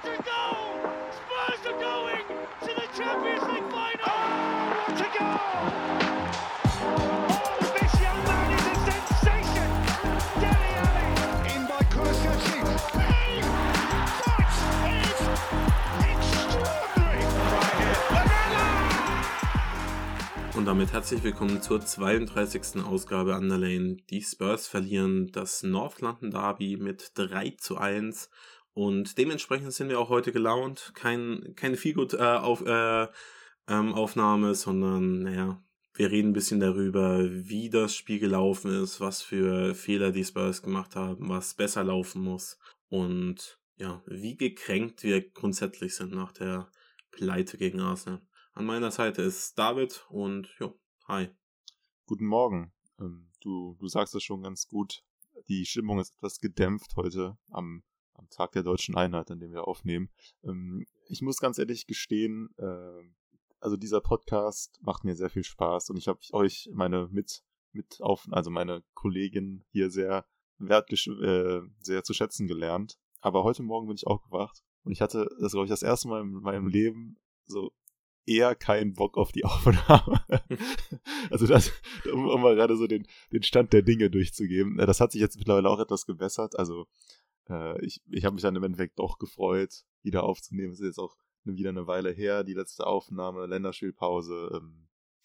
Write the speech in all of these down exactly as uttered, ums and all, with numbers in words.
It's a goal! Spurs are going to the Champions League final! Oh, what a goal! Oh, this young man is a sensation! Dele Alli! In by Kulusevski. Hey! That is extraordinary! Right here. Lamela! Und damit herzlich willkommen zur zweiunddreißigsten Ausgabe Underlane. Die Spurs verlieren das North London Derby mit drei zu eins und dementsprechend sind wir auch heute gelaunt. Kein, keine Feelgood äh, auf, äh, ähm, Aufnahme, sondern naja, wir reden ein bisschen darüber, wie das Spiel gelaufen ist, was für Fehler die Spurs gemacht haben, was besser laufen muss und ja, wie gekränkt wir grundsätzlich sind nach der Pleite gegen Arsenal. An meiner Seite ist David und jo, hi. Guten Morgen. Ähm, du, du sagst es schon ganz gut. Die Stimmung ist etwas gedämpft heute am, am Tag der Deutschen Einheit, an dem wir aufnehmen. Ähm, ich muss ganz ehrlich gestehen, äh, also dieser Podcast macht mir sehr viel Spaß und ich habe euch, meine mit, mit auf, also meine Kollegin hier sehr wertgesch- äh, sehr zu schätzen gelernt. Aber heute Morgen bin ich aufgewacht und ich hatte, das glaube ich, das erste Mal in meinem Leben so eher keinen Bock auf die Aufnahme. Also das, um, um mal gerade so den, den Stand der Dinge durchzugeben. Das hat sich jetzt mittlerweile auch etwas gebessert. Also äh, ich, ich habe mich dann im Endeffekt doch gefreut, wieder aufzunehmen. Es ist jetzt auch wieder eine Weile her, die letzte Aufnahme, Länderspielpause. Ähm,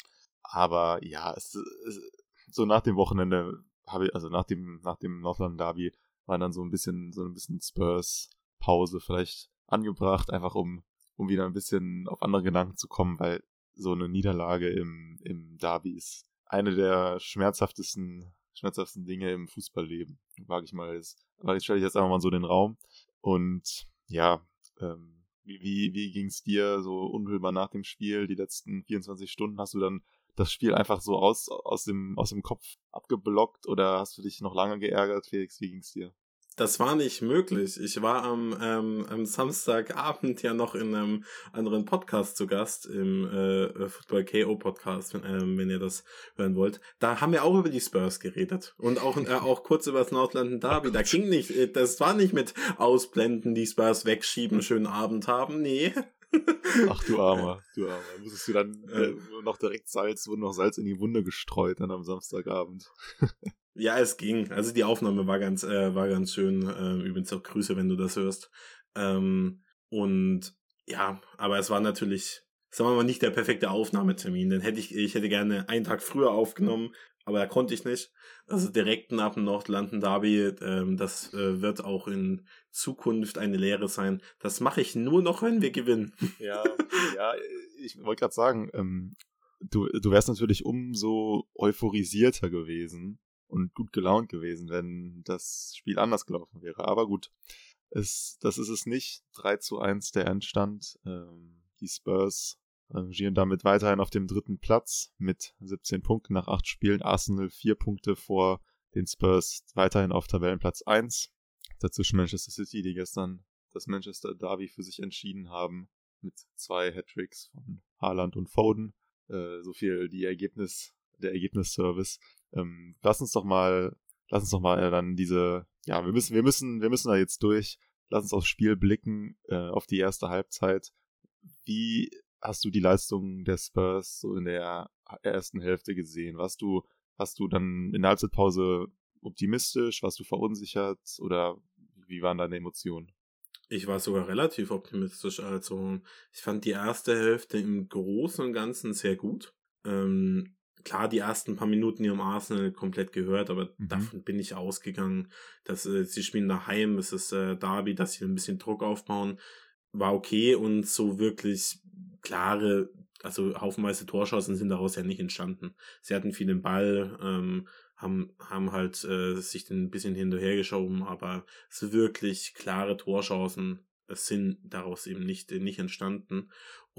aber ja, es, es, so nach dem Wochenende habe ich, also nach dem, nach dem Northland Derby war dann so ein bisschen, so ein bisschen Spurs-Pause vielleicht angebracht, einfach um um wieder ein bisschen auf andere Gedanken zu kommen, weil so eine Niederlage im, im Derby ist eine der schmerzhaftesten, schmerzhaftesten Dinge im Fußballleben. Wage ich mal, jetzt, wage ich, stelle ich jetzt einfach mal so den Raum. Und ja, ähm, wie, wie, wie ging es dir so unmittelbar nach dem Spiel, die letzten vierundzwanzig Stunden? Hast du dann das Spiel einfach so aus, aus, dem, aus dem Kopf abgeblockt oder hast du dich noch lange geärgert, Felix? Wie ging es dir? Das war nicht möglich. Ich war am, ähm, am Samstagabend ja noch in einem anderen Podcast zu Gast, im äh, Football K O Podcast, wenn, ähm, wenn ihr das hören wollt. Da haben wir auch über die Spurs geredet und auch äh, auch kurz über das North London Derby. Da ging nicht, äh, das war nicht mit Ausblenden, die Spurs wegschieben, schönen Abend haben, nee. Ach du Armer, du Armer. Musstest du dann äh, noch direkt Salz, wurde noch Salz in die Wunde gestreut dann am Samstagabend. Ja, es ging. Also die Aufnahme war ganz, äh, war ganz schön. Ähm, übrigens auch Grüße, wenn du das hörst. Ähm, und ja, aber es war natürlich, sagen wir mal, nicht der perfekte Aufnahmetermin. Den hätte ich, ich hätte gerne einen Tag früher aufgenommen, aber da konnte ich nicht. Also direkt nach dem North London Derby, ähm, das äh, wird auch in Zukunft eine Lehre sein. Das mache ich nur noch, wenn wir gewinnen. Ja, ja, ich wollte gerade sagen, ähm, du, du wärst natürlich umso euphorisierter gewesen und gut gelaunt gewesen, wenn das Spiel anders gelaufen wäre. Aber gut, es, das ist es nicht. drei zu eins der Endstand. Ähm, die Spurs rangieren damit weiterhin auf dem dritten Platz mit siebzehn Punkten nach acht Spielen. Arsenal vier Punkte vor den Spurs, weiterhin auf Tabellenplatz eins. Dazwischen Manchester City, die gestern das Manchester Derby für sich entschieden haben mit zwei Hattricks von Haaland und Foden. Äh, so viel die Ergebnis, der Ergebnisservice. Ähm, lass uns doch mal, lass uns doch mal äh, dann diese, ja, wir müssen, wir müssen, wir müssen da jetzt durch. Lass uns aufs Spiel blicken, äh, auf die erste Halbzeit. Wie hast du die Leistung der Spurs so in der ersten Hälfte gesehen? Warst du, hast du dann in der Halbzeitpause optimistisch? Warst du verunsichert? Oder wie waren deine Emotionen? Ich war sogar relativ optimistisch. Also ich fand die erste Hälfte im Großen und Ganzen sehr gut. Ähm, Klar, die ersten paar Minuten hier im Arsenal komplett gehört, aber mhm. davon bin ich ausgegangen, dass äh, sie spielen daheim, es ist äh, Derby, dass sie ein bisschen Druck aufbauen, war okay und so wirklich klare, also haufenweise Torchancen sind daraus ja nicht entstanden. Sie hatten viel den Ball, ähm, haben haben halt äh, sich den ein bisschen hinterhergeschoben, aber so wirklich klare Torchancen sind daraus eben nicht nicht entstanden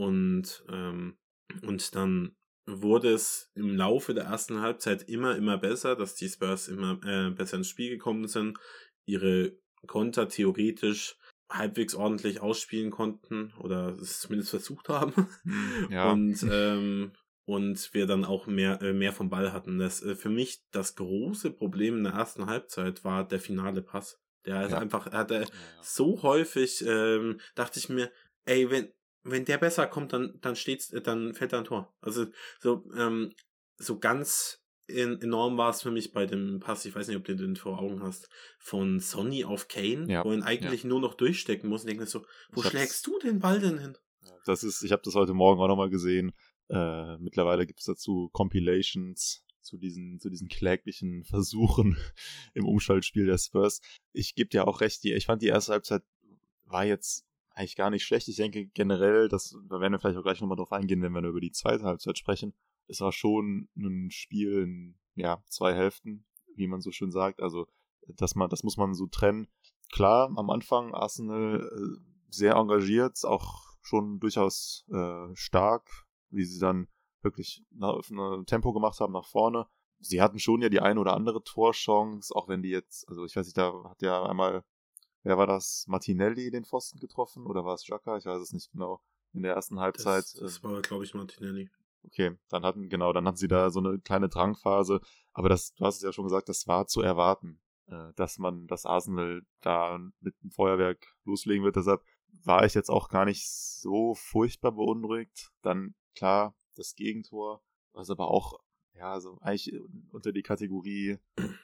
und ähm, und dann wurde es im Laufe der ersten Halbzeit immer, immer besser, dass die Spurs immer äh, besser ins Spiel gekommen sind, ihre Konter theoretisch halbwegs ordentlich ausspielen konnten oder es zumindest versucht haben. Ja. Und ähm, und wir dann auch mehr äh, mehr vom Ball hatten. Das äh, für mich das große Problem in der ersten Halbzeit war der finale Pass. Der ist Ja. einfach, hat er Ja, ja. so häufig, ähm, dachte ich mir, ey, wenn, wenn der besser kommt, dann, dann steht's, dann fällt da ein Tor. Also, so, ähm, so ganz in, enorm war es für mich bei dem Pass, ich weiß nicht, ob du den vor Augen hast, von Sonny auf Kane, Ja, wo er ihn eigentlich nur noch durchstecken muss und denke mir so, wo Ich hab's- schlägst du den Ball denn hin? Das ist, ich habe das heute Morgen auch nochmal gesehen. Äh, mittlerweile gibt es dazu Compilations zu diesen, zu diesen kläglichen Versuchen im Umschaltspiel der Spurs. Ich gebe dir auch recht, die, ich fand die erste Halbzeit war jetzt eigentlich gar nicht schlecht. Ich denke generell, das, da werden wir vielleicht auch gleich nochmal drauf eingehen, wenn wir nur über die zweite Halbzeit sprechen. Es war schon ein Spiel in, ja, zwei Hälften, wie man so schön sagt. Also, dass man, das muss man so trennen. Klar, am Anfang Arsenal äh, sehr engagiert, auch schon durchaus äh, stark, wie sie dann wirklich ein Tempo gemacht haben nach vorne. Sie hatten schon ja die eine oder andere Torchance, auch wenn die jetzt, also ich weiß nicht, da hat ja einmal, wer war das, Martinelli den Pfosten getroffen oder war es Xhaka? Ich weiß es nicht genau. In der ersten Halbzeit. Das, das war, glaube ich, Martinelli. Okay, dann hatten, genau, dann hatten sie da so eine kleine Drangphase, aber das, du hast es ja schon gesagt, das war zu erwarten, äh, dass man, dass Arsenal da mit dem Feuerwerk loslegen wird, deshalb war ich jetzt auch gar nicht so furchtbar beunruhigt. Dann, klar, das Gegentor, was aber auch, ja, so eigentlich unter die Kategorie,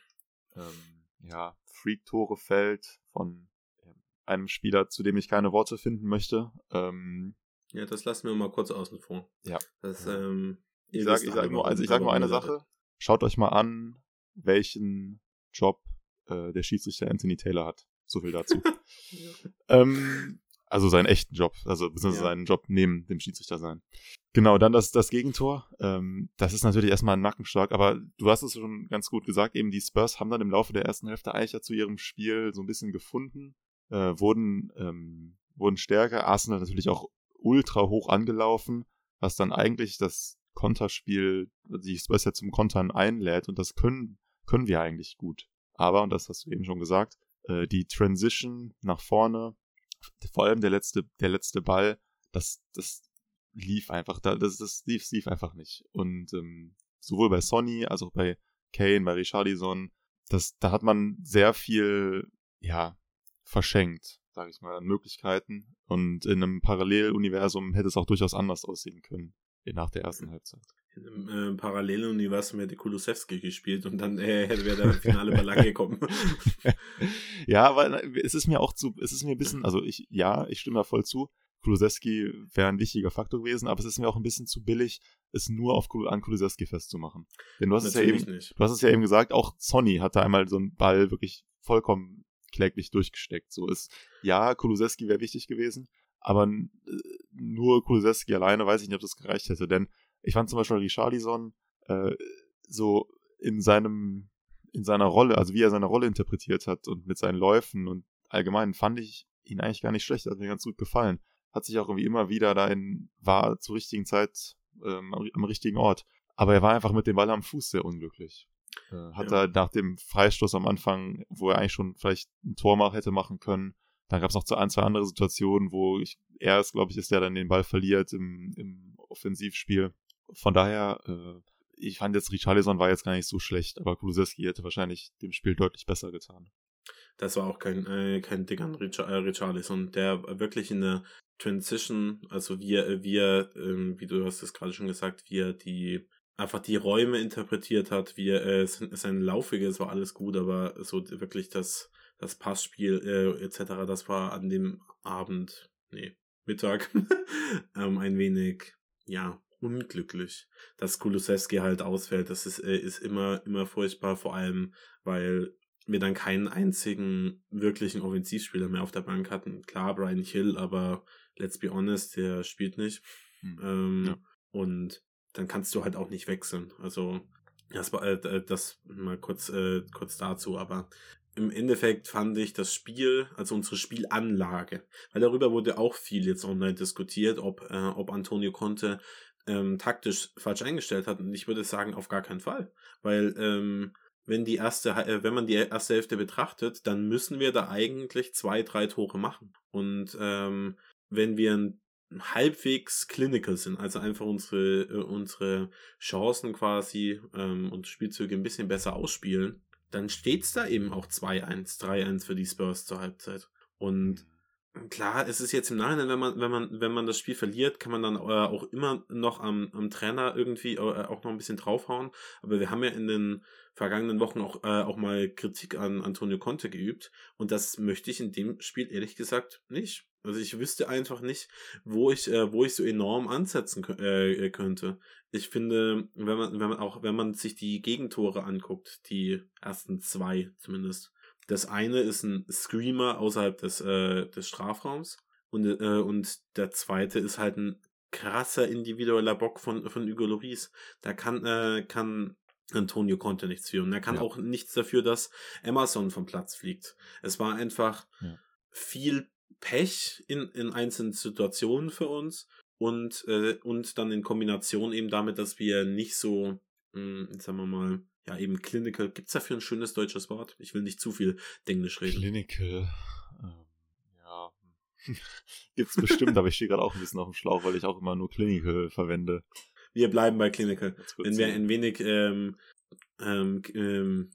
ähm, ja, Freak-Tore fällt von einem Spieler, zu dem ich keine Worte finden möchte. Ähm, Ja, das lassen wir mal kurz außen vor. Ja. Das, ähm, ich sage ich sag nur, also ich sag nur eine Sache. Schaut euch mal an, welchen Job äh, der Schiedsrichter Anthony Taylor hat. So viel dazu. Ja. ähm, also seinen echten Job, also beziehungsweise ja. seinen Job neben dem Schiedsrichter sein. Genau, dann das, das Gegentor. Ähm, das ist natürlich erstmal ein Nackenschlag, aber du hast es schon ganz gut gesagt, eben die Spurs haben dann im Laufe der ersten Hälfte eigentlich ja zu ihrem Spiel so ein bisschen gefunden, äh, wurden, ähm, wurden stärker. Arsenal natürlich auch ultra hoch angelaufen, was dann eigentlich das Konterspiel, die Spurs ja zum Kontern einlädt und das können, können wir eigentlich gut. Aber, und das hast du eben schon gesagt, äh, die Transition nach vorne, vor allem der letzte, der letzte Ball, das, das lief einfach, das, das lief, lief einfach nicht. Und ähm, sowohl bei Sonny als auch bei Kane, bei Richarlison, das, da hat man sehr viel, ja, verschenkt, sage ich mal, an Möglichkeiten. Und in einem Paralleluniversum hätte es auch durchaus anders aussehen können, nach der ersten Halbzeit. In einem äh, Paralleluniversum hätte Kulusewski gespielt und dann äh, hätte wäre der Finale bei lang gekommen. Ja, aber es ist mir auch zu, es ist mir ein bisschen, also ich, ja, ich stimme da voll zu. Kulusewski wäre ein wichtiger Faktor gewesen, aber es ist mir auch ein bisschen zu billig, es nur auf an Kulusewski festzumachen. Denn du hast es ja eben, nicht. du hast es ja eben gesagt, auch Sonny hatte einmal so einen Ball wirklich vollkommen kläglich durchgesteckt. So ist, ja, Kulusewski wäre wichtig gewesen, aber nur Kulusewski alleine weiß ich nicht, ob das gereicht hätte, denn ich fand zum Beispiel Richarlison äh, so in seinem, in seiner Rolle, also wie er seine Rolle interpretiert hat und mit seinen Läufen und allgemein fand ich ihn eigentlich gar nicht schlecht, hat mir ganz gut gefallen. Hat sich auch irgendwie immer wieder dahin, war zur richtigen Zeit ähm, am richtigen Ort. Aber er war einfach mit dem Ball am Fuß sehr unglücklich. Äh, hat ja. er nach dem Freistoß am Anfang, wo er eigentlich schon vielleicht ein Tor mal hätte machen können, dann gab es noch ein, zwei andere Situationen, wo ich, er es, glaube ich, ist, der dann den Ball verliert im, im Offensivspiel. Von daher, äh, ich fand jetzt, Richarlison war jetzt gar nicht so schlecht, aber Kulusewski hätte wahrscheinlich dem Spiel deutlich besser getan. Das war auch kein, äh, kein Dick an Richard, äh, Richarlison, der wirklich in der Transition, also wie er, wie, er äh, wie du hast es gerade schon gesagt, wie er die einfach die Räume interpretiert hat, wie er äh, sein Laufwege, es war alles gut, aber so wirklich das, das Passspiel äh, et cetera, das war an dem Abend, nee, Mittag ähm, ein wenig, ja, unglücklich. Dass Kulusewski halt ausfällt, das ist, äh, ist immer, immer furchtbar, vor allem, weil wir dann keinen einzigen wirklichen Offensivspieler mehr auf der Bank hatten. Klar, Brian Hill, aber let's be honest, der spielt nicht. Hm. Ähm, ja. Und dann kannst du halt auch nicht wechseln. Also, das war äh, das mal kurz, äh, kurz dazu, aber im Endeffekt fand ich das Spiel, also unsere Spielanlage, weil darüber wurde auch viel jetzt online diskutiert, ob, äh, ob Antonio Conte ähm, taktisch falsch eingestellt hat. Und ich würde sagen, auf gar keinen Fall. Weil, ähm, wenn die erste, äh, wenn man die erste Hälfte betrachtet, dann müssen wir da eigentlich zwei, drei Tore machen. Und ähm, wenn wir ein halbwegs clinical sind, also einfach unsere, äh, unsere Chancen quasi ähm, und Spielzüge ein bisschen besser ausspielen, dann steht's da eben auch zwei eins, drei eins für die Spurs zur Halbzeit. Und klar, es ist jetzt im Nachhinein, wenn man, wenn man, wenn man das Spiel verliert, kann man dann äh, auch immer noch am, am Trainer irgendwie äh, auch noch ein bisschen draufhauen. Aber wir haben ja in den vergangenen Wochen auch, äh, auch mal Kritik an Antonio Conte geübt. Und das möchte ich in dem Spiel ehrlich gesagt nicht. Also ich wüsste einfach nicht, wo ich, äh, wo ich so enorm ansetzen äh, könnte. Ich finde, wenn man, wenn man auch, wenn man sich die Gegentore anguckt, die ersten zwei zumindest. Das eine ist ein Screamer außerhalb des, äh, des Strafraums und, äh, und der zweite ist halt ein krasser individueller Bock von, von Hugo Lloris. Da kann, äh, kann Antonio Conte nichts für. Und er kann ja. auch nichts dafür, dass Emerson vom Platz fliegt. Es war einfach ja. viel Pech in, in einzelnen Situationen für uns und, äh, und dann in Kombination eben damit, dass wir nicht so, mh, sagen wir mal, ja, eben clinical. Gibt's dafür ein schönes deutsches Wort? Ich will nicht zu viel Englisch reden. Clinical. Ähm, ja. Gibt's bestimmt, aber ich stehe gerade auch ein bisschen auf dem Schlauch, weil ich auch immer nur clinical verwende. Wir bleiben bei clinical. Wenn wir ein wenig ähm, ähm, ähm,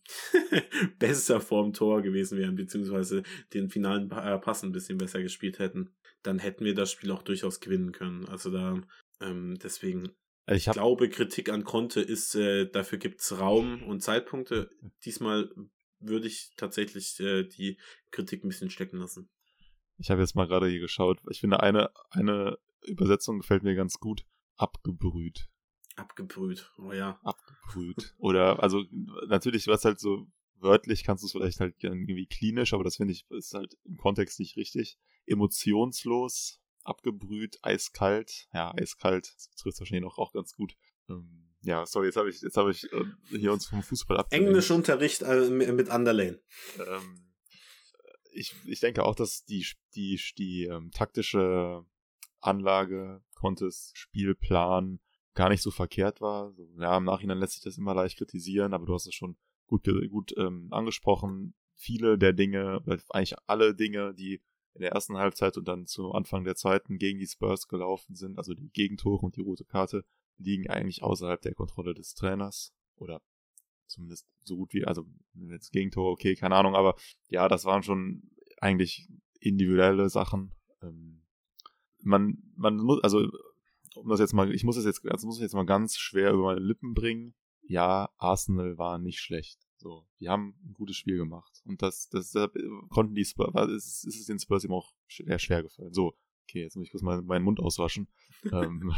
besser vorm Tor gewesen wären, beziehungsweise den finalen Pass ein bisschen besser gespielt hätten, dann hätten wir das Spiel auch durchaus gewinnen können. Also da, ähm, deswegen... Ich hab, glaube, Kritik an Conte ist, äh, dafür gibt's Raum und Zeitpunkte. Diesmal würde ich tatsächlich äh, die Kritik ein bisschen stecken lassen. Ich habe jetzt mal gerade hier geschaut. Ich finde, eine, eine Übersetzung gefällt mir ganz gut. Abgebrüht. Abgebrüht, oh ja. Abgebrüht. Oder, also natürlich, was halt so wörtlich kannst du es vielleicht halt irgendwie klinisch, aber das finde ich, ist halt im Kontext nicht richtig. Emotionslos. Abgebrüht, eiskalt. Ja, eiskalt. Das trifft wahrscheinlich auch, auch ganz gut. Ähm, ja, sorry, jetzt habe ich, jetzt habe ich äh, hier uns vom Fußball abgelenkt. Englischunterricht äh, mit Underlane. Ähm, ich, ich denke auch, dass die, die, die ähm, taktische Anlage, Contes Spielplan gar nicht so verkehrt war. So, ja, im Nachhinein lässt sich das immer leicht kritisieren, aber du hast es schon gut, gut ähm, angesprochen. Viele der Dinge, eigentlich alle Dinge, die in der ersten Halbzeit und dann zu Anfang der zweiten gegen die Spurs gelaufen sind, also die Gegentore und die rote Karte, liegen eigentlich außerhalb der Kontrolle des Trainers. Oder zumindest so gut wie, also jetzt Gegentore, okay, keine Ahnung, aber ja, das waren schon eigentlich individuelle Sachen. Ähm, man, man muss, also um das jetzt mal, ich muss das jetzt, also muss ich jetzt mal ganz schwer über meine Lippen bringen. Ja, Arsenal war nicht schlecht. So, die haben ein gutes Spiel gemacht. Und das, das, das konnten die Spurs, ist, ist es den Spurs eben auch schwer, schwer gefallen. So, okay, jetzt muss ich kurz mal meinen Mund auswaschen. ähm,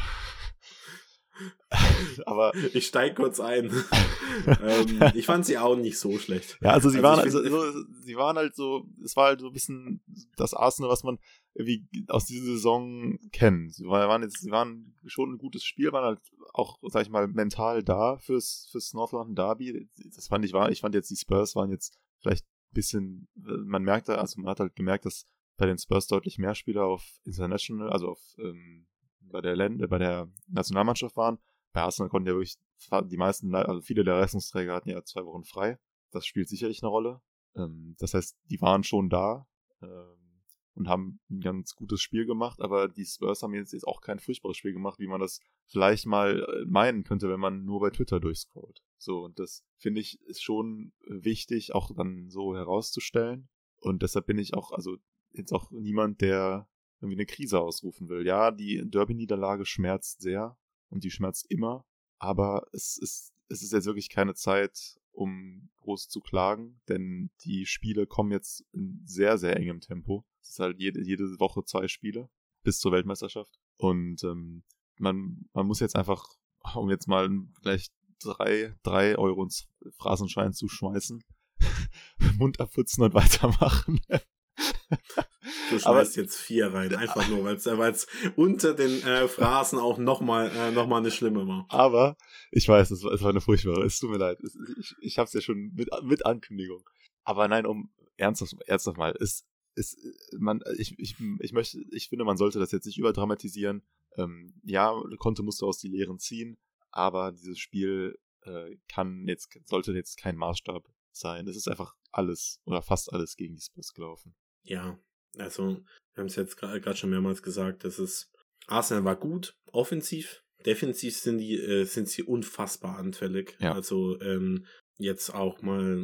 aber ich steig kurz ein. ähm, ich fand sie auch nicht so schlecht. Ja, also sie also waren also, so, sie waren halt so, es war halt so ein bisschen das Arsenal, was man irgendwie aus dieser Saison kennt. Sie waren jetzt, sie waren schon ein gutes Spiel, waren halt auch, sag ich mal, mental da fürs, fürs North London Derby. Das fand ich war, ich fand jetzt die Spurs waren jetzt vielleicht ein bisschen, man merkte, also man hat halt gemerkt, dass bei den Spurs deutlich mehr Spieler auf International, also auf ähm, bei der Länd- bei der Nationalmannschaft waren. Bei Arsenal konnten ja wirklich die meisten, also viele der Leistungsträger hatten ja zwei Wochen frei. Das spielt sicherlich eine Rolle. Ähm, das heißt, die waren schon da ähm, und haben ein ganz gutes Spiel gemacht, aber die Spurs haben jetzt, jetzt auch kein furchtbares Spiel gemacht, wie man das vielleicht mal meinen könnte, wenn man nur bei Twitter durchscrollt. So, und das finde ich ist schon wichtig, auch dann so herauszustellen. Und deshalb bin ich auch, also jetzt auch niemand, der irgendwie eine Krise ausrufen will. Ja, die Derby-Niederlage schmerzt sehr und die schmerzt immer, aber es ist, es ist jetzt wirklich keine Zeit, um groß zu klagen, denn die Spiele kommen jetzt in sehr, sehr engem Tempo. Es ist halt jede, jede Woche zwei Spiele bis zur Weltmeisterschaft und ähm, man, man muss jetzt einfach, um jetzt mal gleich drei, drei Euro ins Phrasenschwein zu schmeißen, Mund abputzen und weitermachen. Du schmeißt jetzt vier rein, einfach nur, weil es unter den äh, Phrasen auch nochmal äh, noch mal eine schlimme war. Aber, ich weiß, es war, es war eine furchtbare, es tut mir leid. Es, ich ich habe es ja schon mit, mit Ankündigung. Aber nein, um ernsthaft, ernsthaft mal, es, es, man, ich, ich, ich möchte, ich finde, man sollte das jetzt nicht überdramatisieren. Ähm, ja, Conte musste aus die Lehren ziehen, aber dieses Spiel äh, kann jetzt, sollte jetzt kein Maßstab sein. Es ist einfach alles oder fast alles gegen die Spurs gelaufen. Ja, also wir haben es jetzt gerade schon mehrmals gesagt, das ist, Arsenal war gut, offensiv, defensiv sind die äh, sind sie unfassbar anfällig. Ja. Also ähm, jetzt auch mal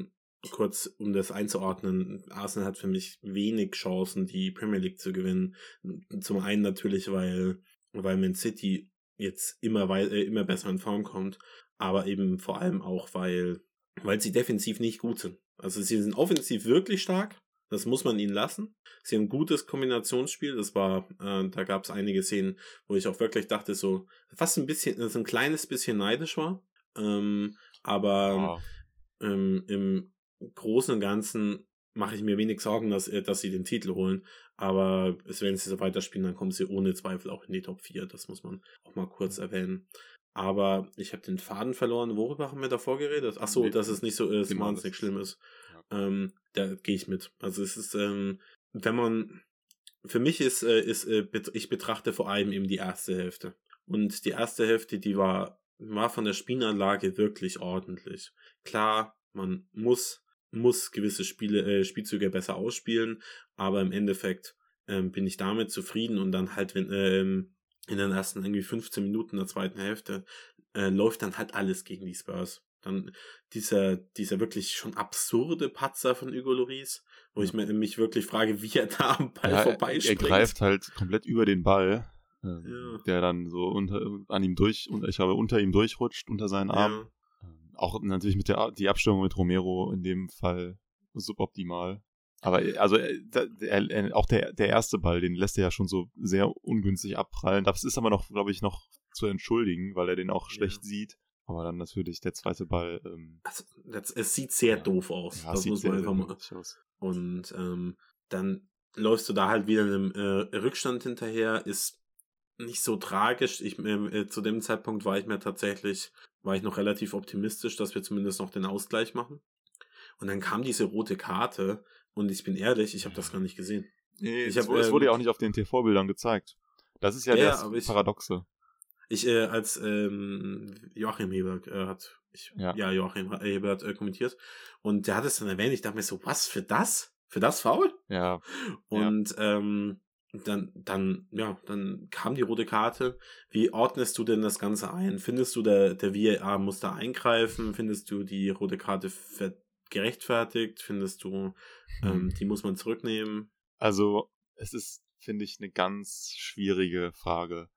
kurz, um das einzuordnen, Arsenal hat für mich wenig Chancen, die Premier League zu gewinnen. Zum einen natürlich, weil, weil Man City jetzt immer, wei- äh, immer besser in Form kommt, aber eben vor allem auch, weil, weil sie defensiv nicht gut sind. Also sie sind offensiv wirklich stark, das muss man ihnen lassen. Sie haben ein gutes Kombinationsspiel, das war, äh, da gab es einige Szenen, wo ich auch wirklich dachte, so, fast ein bisschen, also ein kleines bisschen neidisch war, ähm, aber Ja. ähm, im Großen und Ganzen mache ich mir wenig Sorgen, dass, äh, dass sie den Titel holen, aber wenn sie so weiterspielen, dann kommen sie ohne Zweifel auch in die Top vier, das muss man auch mal kurz erwähnen. Aber ich habe den Faden verloren, worüber haben wir davor geredet? Ach so, Nee, dass es nicht so ist, genau, wahnsinnig das- schlimm ist. Ja. Ähm, da gehe ich mit. Also es ist, ähm, wenn man, für mich ist, äh, ist äh, bet- ich betrachte vor allem eben die erste Hälfte. Und die erste Hälfte, die war, war von der Spielanlage wirklich ordentlich. Klar, man muss, muss gewisse Spiele, äh, Spielzüge besser ausspielen, aber im Endeffekt ähm, bin ich damit zufrieden und dann halt, wenn, ähm, in den ersten irgendwie fünfzehn Minuten der zweiten Hälfte äh, läuft dann halt alles gegen die Spurs. Dann dieser, dieser wirklich schon absurde Patzer von Hugo Lloris, wo Ja. ich mir, mich wirklich frage, wie er da am Ball Ja, er, er vorbeispringt. greift halt komplett über den Ball, ähm, Ja. der dann so unter an ihm durch, und ich habe unter ihm durchrutscht, unter seinen Arm. Ja. Ähm, Auch natürlich mit der die Abstimmung mit Romero in dem Fall suboptimal. Aber äh, also äh, da- er, er, auch der, der erste Ball, den lässt er ja schon so sehr ungünstig abprallen. Das ist aber noch, glaube ich, noch zu entschuldigen, weil er den auch Ja. schlecht sieht. Aber dann natürlich der zweite Ball. Ähm, Also, das, es sieht sehr Ja. doof aus. ja, das sieht muss sehr, man sehr einfach mal. ungünstig aus. Und ähm, dann läufst du da halt wieder einem äh, Rückstand hinterher, ist nicht so tragisch. Ich, äh, zu dem Zeitpunkt war ich mir tatsächlich, war ich noch relativ optimistisch, dass wir zumindest noch den Ausgleich machen. Und dann kam diese rote Karte und ich bin ehrlich, ich habe das gar nicht gesehen. Nee, Ich es, hab, wurde- es wurde ähm, ja auch nicht auf den T V-Bildern gezeigt. Das ist ja, Ja, das aber ich- Paradoxe. Ich, äh, als ähm, Joachim Hebert äh, hat, ich, ja. Ja. Joachim Hebert äh, kommentiert und der hat es dann erwähnt, ich dachte mir so, was, für das? Für das Foul? Ja, Und ähm, dann, dann, ja, dann kam die rote Karte. Wie ordnest du denn das Ganze ein? Findest du, der, der V A R muss da eingreifen? Findest du die rote Karte ver- gerechtfertigt? Findest du, ähm, die muss man zurücknehmen? also es ist, finde ich, eine ganz schwierige Frage,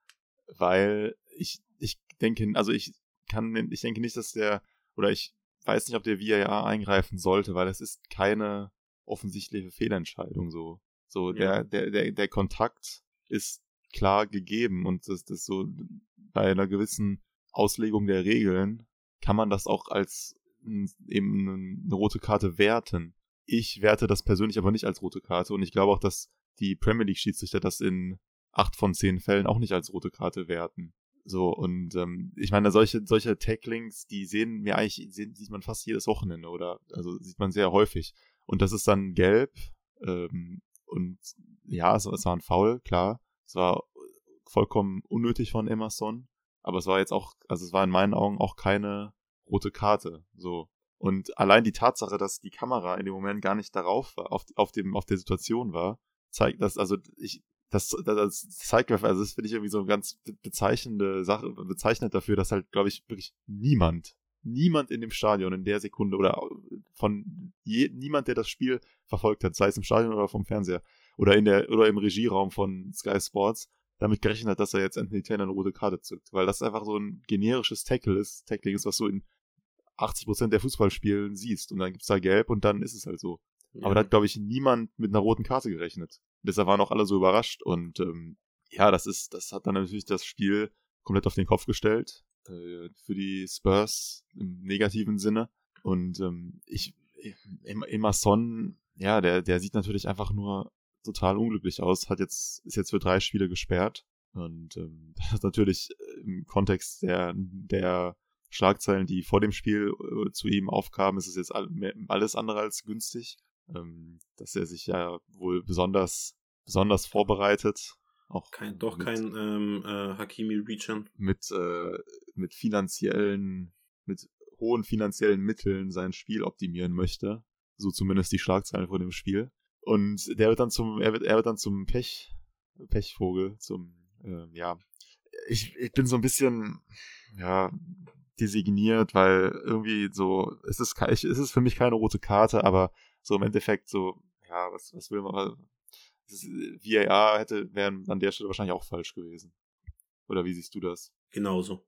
weil ich, ich denke, also ich kann, ich denke nicht, dass der, oder ich weiß nicht, ob der V A R eingreifen sollte, weil es ist keine offensichtliche Fehlentscheidung so. So, Ja. der, der, der, der Kontakt ist klar gegeben und das, das so, bei einer gewissen Auslegung der Regeln kann man das auch als n- eben eine rote Karte werten. Ich werte das persönlich aber nicht als rote Karte und ich glaube auch, dass die Premier League Schiedsrichter das in acht von zehn Fällen auch nicht als rote Karte werten. So, und ähm, ich meine, solche, solche Tacklings, die sehen mir eigentlich, sehen, sieht man fast jedes Wochenende, oder? Also sieht man sehr häufig. Und das ist dann gelb. Ähm, und ja, es, es war ein Foul, klar. Es war vollkommen unnötig von Emerson. Aber es war jetzt auch, also es war in meinen Augen auch keine rote Karte. So. Und allein die Tatsache, dass die Kamera in dem Moment gar nicht darauf war, auf, auf, dem, auf der Situation war, zeigt das, also ich, das, das, das zeigt, also das finde ich irgendwie so eine ganz bezeichnende Sache, bezeichnet dafür, dass halt, glaube ich, wirklich niemand, niemand in dem Stadion in der Sekunde oder von je, niemand, der das Spiel verfolgt hat, sei es im Stadion oder vom Fernseher oder in der, oder im Regieraum von Sky Sports, damit gerechnet hat, dass er jetzt Anthony Taylor eine rote Karte zückt, weil das einfach so ein generisches Tackle ist, Tackling ist, was du in achtzig Prozent der Fußballspielen siehst und dann gibt's da gelb und dann ist es halt so. Ja. Aber da hat, glaube ich, niemand mit einer roten Karte gerechnet. Deshalb waren auch alle so überrascht. Und ähm, ja, das ist, das hat dann natürlich das Spiel komplett auf den Kopf gestellt. Äh, für die Spurs im negativen Sinne. Und ähm, ich, Emerson, ja, der, der sieht natürlich einfach nur total unglücklich aus. Hat jetzt, ist jetzt für drei Spiele gesperrt. Und ähm, das ist natürlich im Kontext der, der Schlagzeilen, die vor dem Spiel äh, zu ihm aufkamen, ist es jetzt all, mehr, alles andere als günstig. Ähm, dass er sich ja wohl besonders besonders vorbereitet. Auch kein, doch mit, kein ähm, äh, Hakimi Reachern. Mit, äh, mit finanziellen, mit hohen finanziellen Mitteln sein Spiel optimieren möchte. So zumindest die Schlagzeilen vor dem Spiel. Und der wird dann zum, er wird, er wird dann zum Pech, Pechvogel, zum, äh, ja. Ich, ich bin so ein bisschen, ja, designiert, weil irgendwie so, es ist, es ist für mich keine rote Karte, aber so im Endeffekt so, ja, was, was will man, V A R hätte, wären an der Stelle wahrscheinlich auch falsch gewesen. Oder wie siehst du das? Genauso.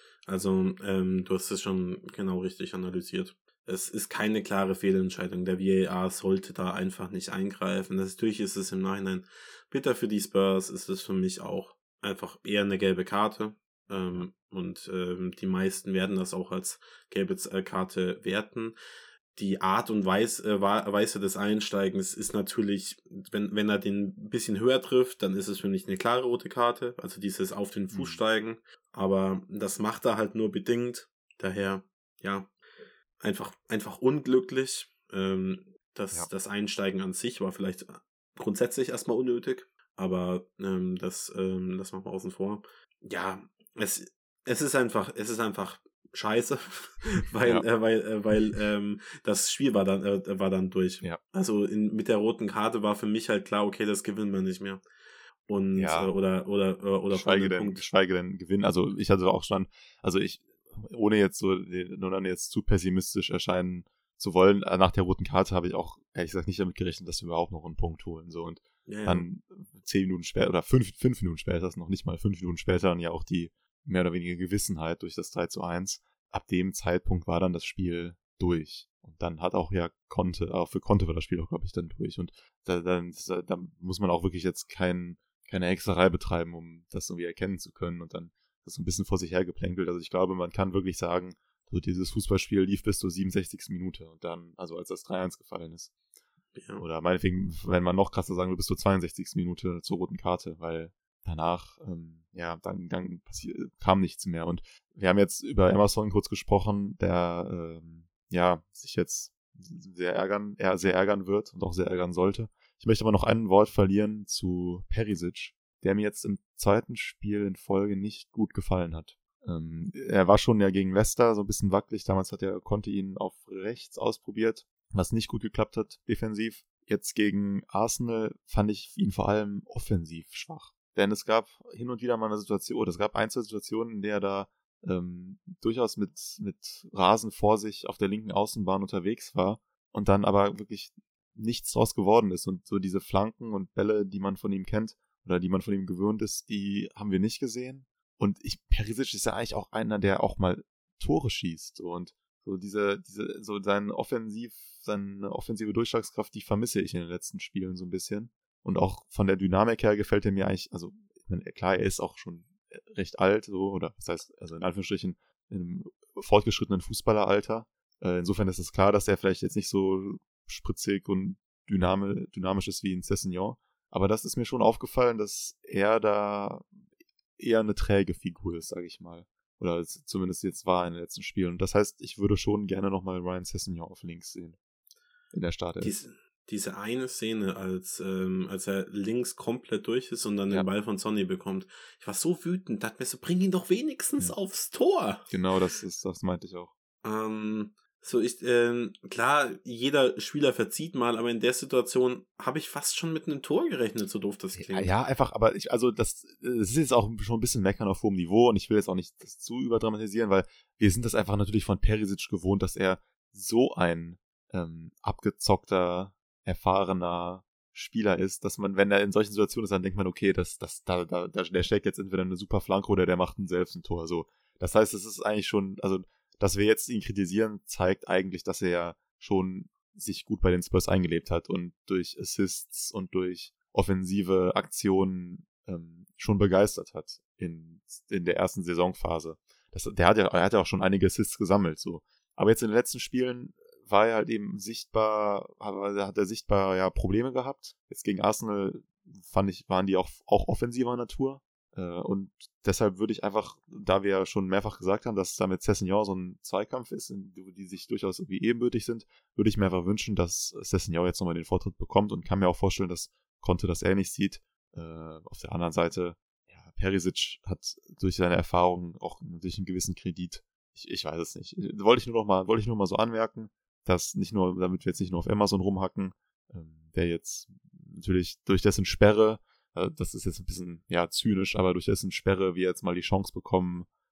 Also, ähm, du hast es schon genau richtig analysiert. Es ist keine klare Fehlentscheidung. Der V A R sollte da einfach nicht eingreifen. Natürlich ist es im Nachhinein bitter für die Spurs, ist es für mich auch einfach eher eine gelbe Karte. Ähm, und ähm, die meisten werden das auch als gelbe Karte werten. Die Art und Weise, äh, Weise des Einsteigens ist natürlich, wenn, wenn er den ein bisschen höher trifft, dann ist es für mich eine klare rote Karte, also dieses auf den Fuß steigen, aber das macht er halt nur bedingt, daher, ja, einfach, einfach unglücklich. Ähm, das, ja. das Einsteigen an sich war vielleicht grundsätzlich erstmal unnötig, aber ähm, das, ähm, das machen wir außen vor. Ja, es, es ist einfach, es ist einfach scheiße, weil, ja. äh, weil, äh, weil ähm, das Spiel war dann, äh, war dann durch. Ja. Also in, mit der roten Karte war für mich halt klar, okay, das gewinnen wir nicht mehr. Und ja. äh, oder oder oder schweige denn, schweige denn gewinnen. Also ich hatte auch schon, also ich, ohne jetzt so, nur dann jetzt zu pessimistisch erscheinen zu wollen, nach der roten Karte habe ich auch ehrlich gesagt nicht damit gerechnet, dass wir überhaupt noch einen Punkt holen. So und ja, dann ja. zehn Minuten später oder fünf, fünf Minuten später, das noch nicht mal fünf Minuten später, dann ja auch die mehr oder weniger Gewissenheit durch das drei zu eins. Ab dem Zeitpunkt war dann das Spiel durch. Und dann hat auch ja Conte, auch für Conte war das Spiel auch, glaube ich, dann durch. Und da, dann, da muss man auch wirklich jetzt kein, keine Hexerei betreiben, um das irgendwie erkennen zu können. Und dann das so ein bisschen vor sich hergeplänkelt. Also ich glaube, man kann wirklich sagen, so dieses Fußballspiel lief bis zur siebenundsechzigsten Minute. Und dann, also als das drei eins gefallen ist. Ja. Oder meinetwegen, wenn man noch krasser sagen will, bis zur zweiundsechzigsten Minute zur roten Karte, weil danach, ähm, ja, dann, dann passier- kam nichts mehr. Und wir haben jetzt über Emerson kurz gesprochen, der, ähm, ja, sich jetzt sehr ärgern, er sehr ärgern wird und auch sehr ärgern sollte. Ich möchte aber noch ein Wort verlieren zu Perisic, der mir jetzt im zweiten Spiel in Folge nicht gut gefallen hat. Ähm, er war schon ja gegen Leicester so ein bisschen wackelig. Damals hat er, konnte ihn auf rechts ausprobiert, was nicht gut geklappt hat, defensiv. Jetzt gegen Arsenal fand ich ihn vor allem offensiv schwach. Denn es gab hin und wieder mal eine Situation, oder es gab Einzelsituationen, in der er da ähm, durchaus mit, mit Rasen vor sich auf der linken Außenbahn unterwegs war und dann aber wirklich nichts draus geworden ist. Und so diese Flanken und Bälle, die man von ihm kennt oder die man von ihm gewöhnt ist, die haben wir nicht gesehen. Und ich, Perisic ist ja eigentlich auch einer, der auch mal Tore schießt. Und so diese, diese, so sein Offensiv, seine offensive Durchschlagskraft, die vermisse ich in den letzten Spielen so ein bisschen. Und auch von der Dynamik her gefällt er mir eigentlich, also ich meine, klar, er ist auch schon recht alt, so, oder was heißt, also in Anführungsstrichen im fortgeschrittenen Fußballeralter. Äh, insofern ist es klar, dass er vielleicht jetzt nicht so spritzig und dynami- dynamisch ist wie ein Sessegnon. Aber das ist mir schon aufgefallen, dass er da eher eine träge Figur ist, sage ich mal. Oder zumindest jetzt war in den letzten Spielen. Und das heißt, ich würde schon gerne nochmal Ryan Sessegnon auf links sehen. In der Startelf. Diese, diese eine Szene, als, ähm, als er links komplett durch ist und dann ja. den Ball von Sonny bekommt. Ich war so wütend, dachte mir so, bring ihn doch wenigstens ja. aufs Tor. Genau, das ist, das meinte ich auch. Ähm, so ich, ähm, klar, jeder Spieler verzieht mal, aber in der Situation habe ich fast schon mit einem Tor gerechnet, so doof das klingt. Ja, ja einfach, aber ich, also das, das ist jetzt auch schon ein bisschen meckern auf hohem Niveau und ich will jetzt auch nicht das zu überdramatisieren, weil wir sind das einfach natürlich von Perisic gewohnt, dass er so ein ähm, abgezockter, erfahrener Spieler ist, dass man, wenn er in solchen Situationen ist, dann denkt man, okay, das, das, da, da, der steckt jetzt entweder eine super Flanke oder der macht ein selbst ein Tor. So. Das heißt, es ist eigentlich schon, also dass wir jetzt ihn kritisieren, zeigt eigentlich, dass er ja schon sich gut bei den Spurs eingelebt hat und durch Assists und durch offensive Aktionen ähm, schon begeistert hat in, in der ersten Saisonphase. Das, der hat ja, er hat ja auch schon einige Assists gesammelt, so. Aber jetzt in den letzten Spielen war er halt eben sichtbar, hat er sichtbar ja Probleme gehabt. Jetzt gegen Arsenal fand ich, waren die auch, auch offensiver Natur. Und deshalb würde ich einfach, da wir ja schon mehrfach gesagt haben, dass da mit Sessegnon so ein Zweikampf ist, die sich durchaus irgendwie ebenbürtig sind, würde ich mir einfach wünschen, dass Sessegnon jetzt nochmal den Vortritt bekommt und kann mir auch vorstellen, dass Conte das ähnlich sieht. Auf der anderen Seite, ja, Perisic hat durch seine Erfahrungen auch natürlich einen gewissen Kredit. Ich, ich weiß es nicht. Wollte ich nur noch mal, wollte ich nur mal so anmerken, dass nicht nur, damit wir jetzt nicht nur auf Emerson rumhacken, der jetzt natürlich durch dessen Sperre, das ist jetzt ein bisschen, ja, zynisch, aber durch dessen Sperre wir jetzt mal die Chance bekommen,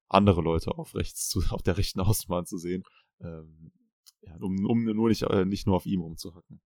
andere Leute auf rechts zu, auf der rechten Außenbahn zu sehen, ähm, ja, um, um nur nicht, äh, nicht nur auf ihm rumzuhacken.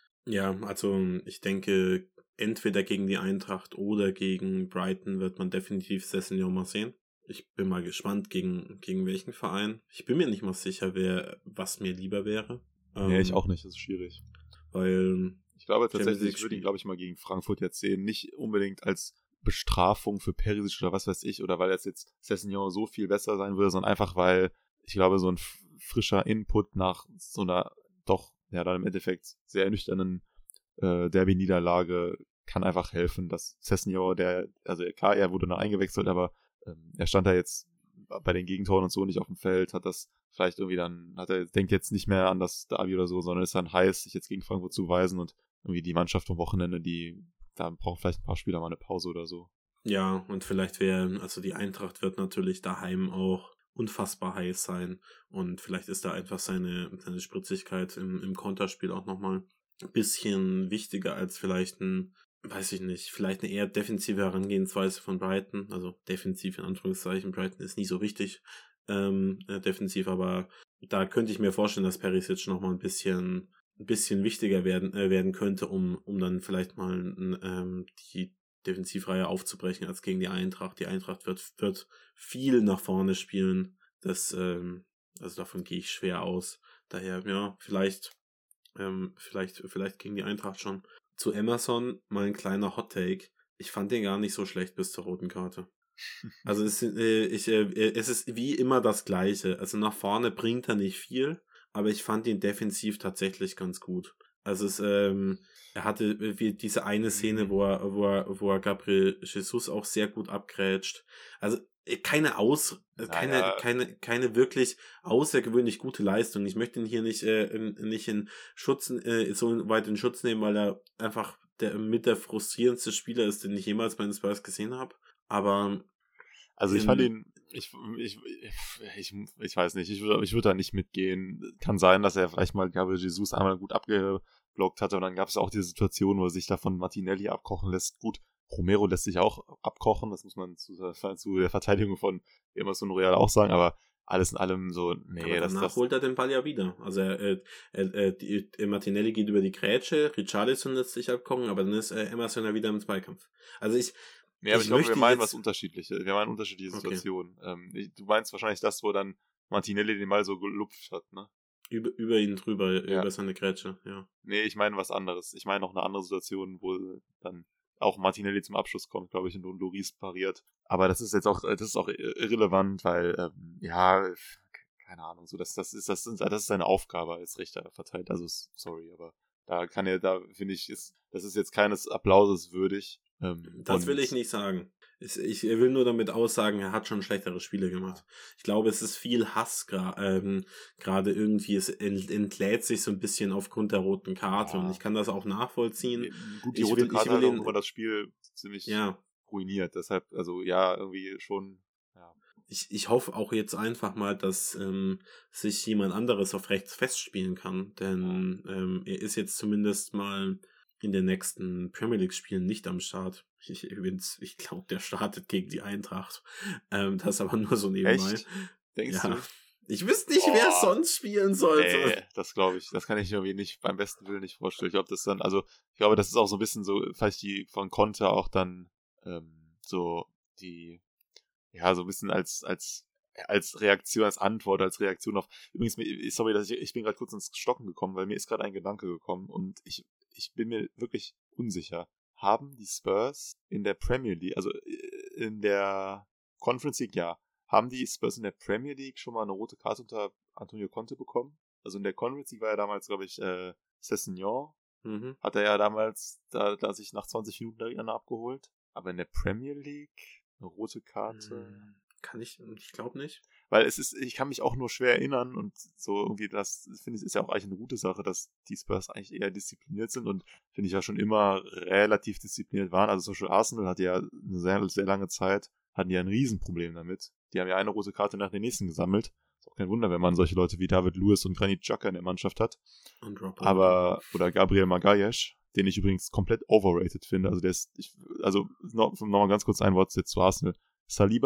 Ja, also ich denke, entweder gegen die Eintracht oder gegen Brighton wird man definitiv Sessegnon mal sehen. Ich bin mal gespannt, gegen, gegen welchen Verein. Ich bin mir nicht mal sicher, wer was mir lieber wäre. Ähm, nee, ich auch nicht, das ist schwierig. Weil ich glaube tatsächlich, ich würde ihn, glaube ich, mal gegen Frankfurt jetzt sehen. Nicht unbedingt als Bestrafung für Perisic oder was weiß ich, oder weil jetzt jetzt Sessegnon so viel besser sein würde, sondern einfach, weil ich glaube, so ein f- frischer Input nach so einer doch, ja, dann im Endeffekt sehr ernüchternden äh, Derby-Niederlage kann einfach helfen, dass Sessegnon, der, also klar, er wurde noch eingewechselt, aber ähm, er stand da jetzt bei den Gegentoren und so nicht auf dem Feld, hat das vielleicht irgendwie dann, hat er, denkt jetzt nicht mehr an das Derby oder so, sondern ist dann heiß, sich jetzt gegen Frankfurt zu weisen und irgendwie die Mannschaft am Wochenende, die, da brauchen vielleicht ein paar Spieler mal eine Pause oder so. Ja, und vielleicht wäre, also die Eintracht wird natürlich daheim auch unfassbar heiß sein und vielleicht ist da einfach seine, seine Spritzigkeit im, im Konterspiel auch nochmal ein bisschen wichtiger als vielleicht ein, weiß ich nicht, vielleicht eine eher defensive Herangehensweise von Brighton, also defensiv in Anführungszeichen, Brighton ist nie so richtig ähm, äh, defensiv, aber da könnte ich mir vorstellen, dass Perisic nochmal ein bisschen ein bisschen wichtiger werden äh, werden könnte, um um dann vielleicht mal ähm, die Defensivreihe aufzubrechen als gegen die Eintracht. Die Eintracht wird wird viel nach vorne spielen, das ähm, also davon gehe ich schwer aus. Daher, ja, vielleicht ähm, vielleicht vielleicht gegen die Eintracht schon. Zu Emerson mal ein kleiner Hot-Take. Ich fand den gar nicht so schlecht bis zur roten Karte. Also es, äh, ich, äh, es ist wie immer das Gleiche. Also nach vorne bringt er nicht viel, aber ich fand ihn defensiv tatsächlich ganz gut. Also es, ähm, er hatte wie diese eine Szene, wo er, wo er, wo er Gabriel Jesus auch sehr gut abgrätscht. Also keine aus, naja. keine, keine, keine wirklich außergewöhnlich gute Leistung. Ich möchte ihn hier nicht, äh, nicht in Schutz, äh, so weit in Schutz nehmen, weil er einfach der mit der frustrierendste Spieler ist, den ich jemals bei den Spurs gesehen habe. Aber also ich fand ihn, ich, ich, ich, ich weiß nicht, ich würde ich würd da nicht mitgehen. Kann sein, dass er vielleicht mal Gabriel Jesus einmal gut abgeblockt hatte und dann gab es auch die Situation, wo er sich da von Martinelli abkochen lässt. Gut, Romero lässt sich auch abkochen, das muss man zu, zu der Verteidigung von Emerson Royal auch sagen, aber alles in allem so, nee. Aber danach das, das holt er den Ball ja wieder. Also er, er, er, die, Martinelli geht über die Grätsche, Richarlison lässt sich abkochen, aber dann ist äh, Emerson ja wieder im Zweikampf. Also ich Nee, aber ich, ich glaube, wir meinen was Unterschiedliche. Wir meinen unterschiedliche Situationen. Okay. Ähm, ich, du meinst wahrscheinlich das, wo dann Martinelli den Ball so gelupft hat, ne? Über, über ihn drüber, ja. Über seine Grätsche, ja. Nee, ich meine was anderes. Ich meine noch eine andere Situation, wo dann auch Martinelli zum Abschluss kommt, glaube ich, und Loris pariert. Aber das ist jetzt auch, das ist auch irrelevant, weil, ähm, ja, keine Ahnung, so, das, das ist, das ist, das ist seine Aufgabe als Rechter verteilt. Also, sorry, aber da kann er, da finde ich, ist, das ist jetzt keines Applauses würdig. Ähm, das will ich nicht sagen. Ich, ich will nur damit aussagen, er hat schon schlechtere Spiele gemacht. Ich glaube, es ist viel Hass gerade ähm, gerade irgendwie, es ent, entlädt sich so ein bisschen aufgrund der roten Karte ja. Und ich kann das auch nachvollziehen. Gut, die ich rote will, Karte ich will hat aber das Spiel ziemlich ja. ruiniert. Deshalb, also ja, irgendwie schon, ja. Ich, ich hoffe auch jetzt einfach mal, dass ähm, sich jemand anderes auf rechts festspielen kann, denn ähm, er ist jetzt zumindest mal in den nächsten Premier League Spielen nicht am Start. Ich, ich, ich glaube, der startet gegen die Eintracht. Ähm, das aber nur so nebenbei. Echt? Denkst ja. du? Ich wüsste nicht, oh. wer sonst spielen sollte. Nee, das glaube ich. Das kann ich irgendwie nicht, beim besten Willen nicht vorstellen. Ich glaube, das dann, also, ich glaube, das ist auch so ein bisschen so, vielleicht die von Conte auch dann, ähm, so, die, ja, so ein bisschen als, als, als Reaktion, als Antwort, als Reaktion auf, übrigens, sorry, dass ich, ich bin gerade kurz ins Stocken gekommen, weil mir ist gerade ein Gedanke gekommen und ich, ich bin mir wirklich unsicher. Haben die Spurs in der Premier League, also in der Conference League, ja, haben die Spurs in der Premier League schon mal eine rote Karte unter Antonio Conte bekommen? Also in der Conference League war ja damals, glaube ich, äh, Sessegnon. Mhm. Hat er ja damals, da, da sich nach zwanzig Minuten da einer abgeholt. Aber in der Premier League eine rote Karte... Mhm. Kann ich, ich glaube nicht. Weil es ist, ich kann mich auch nur schwer erinnern und so irgendwie, das finde ich, ist ja auch eigentlich eine gute Sache, dass die Spurs eigentlich eher diszipliniert sind und finde ich ja schon immer relativ diszipliniert waren. Also zum Beispiel Arsenal hat ja eine sehr, sehr lange Zeit, hatten ja ein Riesenproblem damit. Die haben ja eine rote Karte nach der nächsten gesammelt. Ist auch kein Wunder, wenn man solche Leute wie David Luiz und Granit Xhaka in der Mannschaft hat. Und Aber, oder Gabriel Magalhaes, den ich übrigens komplett overrated finde. Also der ist, ich, also noch, noch mal ganz kurz ein Wort jetzt zu Arsenal. Saliba,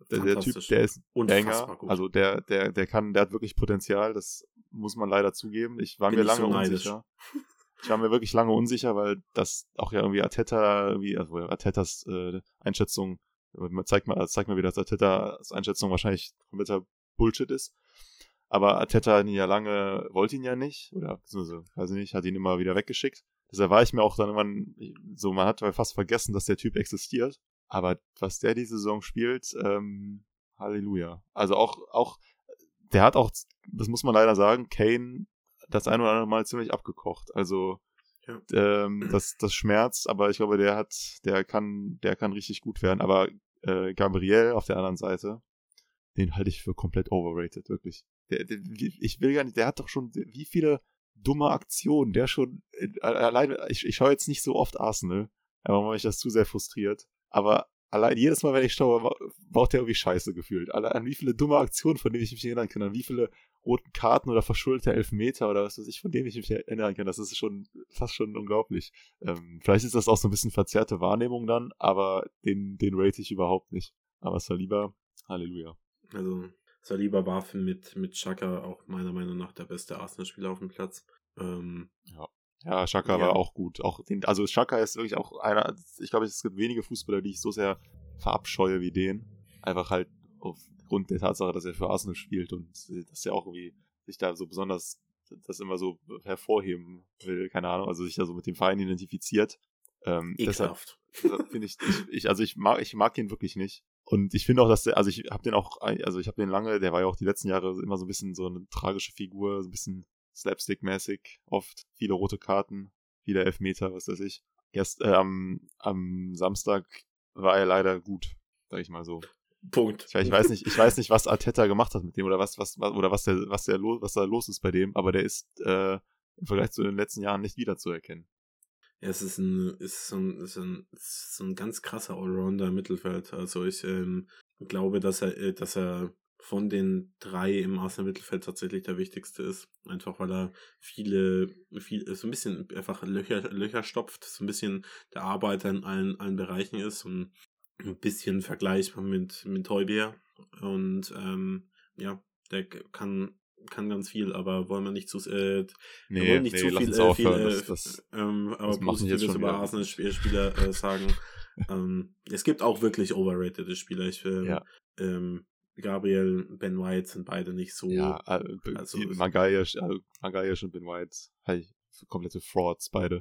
der, der Typ, der ist Banger, also der, der, der kann, der hat wirklich Potenzial, das muss man leider zugeben. Ich war Bin mir lange so unsicher. Ich war mir wirklich lange unsicher, weil das auch ja irgendwie Arteta, irgendwie, also Artetas äh, Einschätzung, zeigt mal, zeigt mal wieder, dass Artetas Einschätzung wahrscheinlich kompletter Bullshit ist. Aber Arteta ihn ja lange, wollte ihn ja nicht, oder beziehungsweise, weiß ich nicht, hat ihn immer wieder weggeschickt. Deshalb war ich mir auch dann irgendwann, so, man hat fast vergessen, dass der Typ existiert. Aber was der die Saison spielt, ähm, Halleluja. Also auch, auch, der hat auch, das muss man leider sagen, Kane das ein oder andere Mal ziemlich abgekocht. Also, ja. ähm, das, das schmerzt, aber ich glaube, der hat, der kann, der kann richtig gut werden. Aber äh, Gabriel auf der anderen Seite, den halte ich für komplett overrated, wirklich. Der, der, ich will gar nicht, der hat doch schon, wie viele dumme Aktionen, der schon, äh, allein, ich, ich schaue jetzt nicht so oft Arsenal, aber weil mich das zu sehr frustriert. Aber allein jedes Mal, wenn ich schaue, baut der irgendwie Scheiße gefühlt. Allein an wie viele dumme Aktionen, von denen ich mich erinnern kann, an wie viele roten Karten oder verschuldete Elfmeter oder was weiß ich, von denen ich mich erinnern kann. Das ist schon fast schon unglaublich. Ähm, vielleicht ist das auch so ein bisschen verzerrte Wahrnehmung dann, aber den, den rate ich überhaupt nicht. Aber Saliba, Halleluja. Also Saliba war mit, mit Xhaka auch meiner Meinung nach der beste Arsenal-Spieler auf dem Platz. Ähm, ja. Ja, Xhaka ja. war auch gut. Auch den, also Xhaka ist wirklich auch einer, ich glaube, es gibt wenige Fußballer, die ich so sehr verabscheue wie den. Einfach halt aufgrund der Tatsache, dass er für Arsenal spielt und dass er auch irgendwie sich da so besonders das immer so hervorheben will, keine Ahnung, also sich da so mit dem Verein identifiziert. Ähm, Ekelhaft. Deshalb finde ich, ich, ich, also ich mag, ich mag den wirklich nicht. Und ich finde auch, dass der, also ich habe den auch, also ich habe den lange, der war ja auch die letzten Jahre immer so ein bisschen so eine tragische Figur, so ein bisschen Slapstick-mäßig, oft viele rote Karten, viele Elfmeter, was weiß ich. Erst äh, am, am Samstag war er leider gut, sag ich mal so. Punkt. Ich, ich weiß nicht, ich weiß nicht, was Arteta gemacht hat mit dem oder was, was, was oder was der, was der los, was da los ist bei dem, aber der ist äh, im Vergleich zu den letzten Jahren nicht wiederzuerkennen. Ja, es ist ein, ist so ein, ist ein, ist ein ganz krasser Allrounder im Mittelfeld. Also ich ähm, glaube, dass er, dass er von den drei im Arsenal-Mittelfeld tatsächlich der wichtigste ist. Einfach weil er viele, viel, so ein bisschen einfach Löcher, Löcher stopft, so ein bisschen der Arbeiter in allen, allen Bereichen ist und ein bisschen vergleichbar mit, mit Højbjerg. Und ähm, ja, der kann, kann ganz viel, aber wollen wir nicht zu, äh, nee, wir wollen nicht nee, zu viel, äh, viel äh, das, das, ähm, aber das Positives über Arsenal-Spieler äh, sagen. ähm, es gibt auch wirklich overrated Spieler. Ich ähm, ja. ähm, Gabriel, Ben White sind beide nicht so. Ja, also Magalhaes und Ben White, halt komplette Frauds, beide.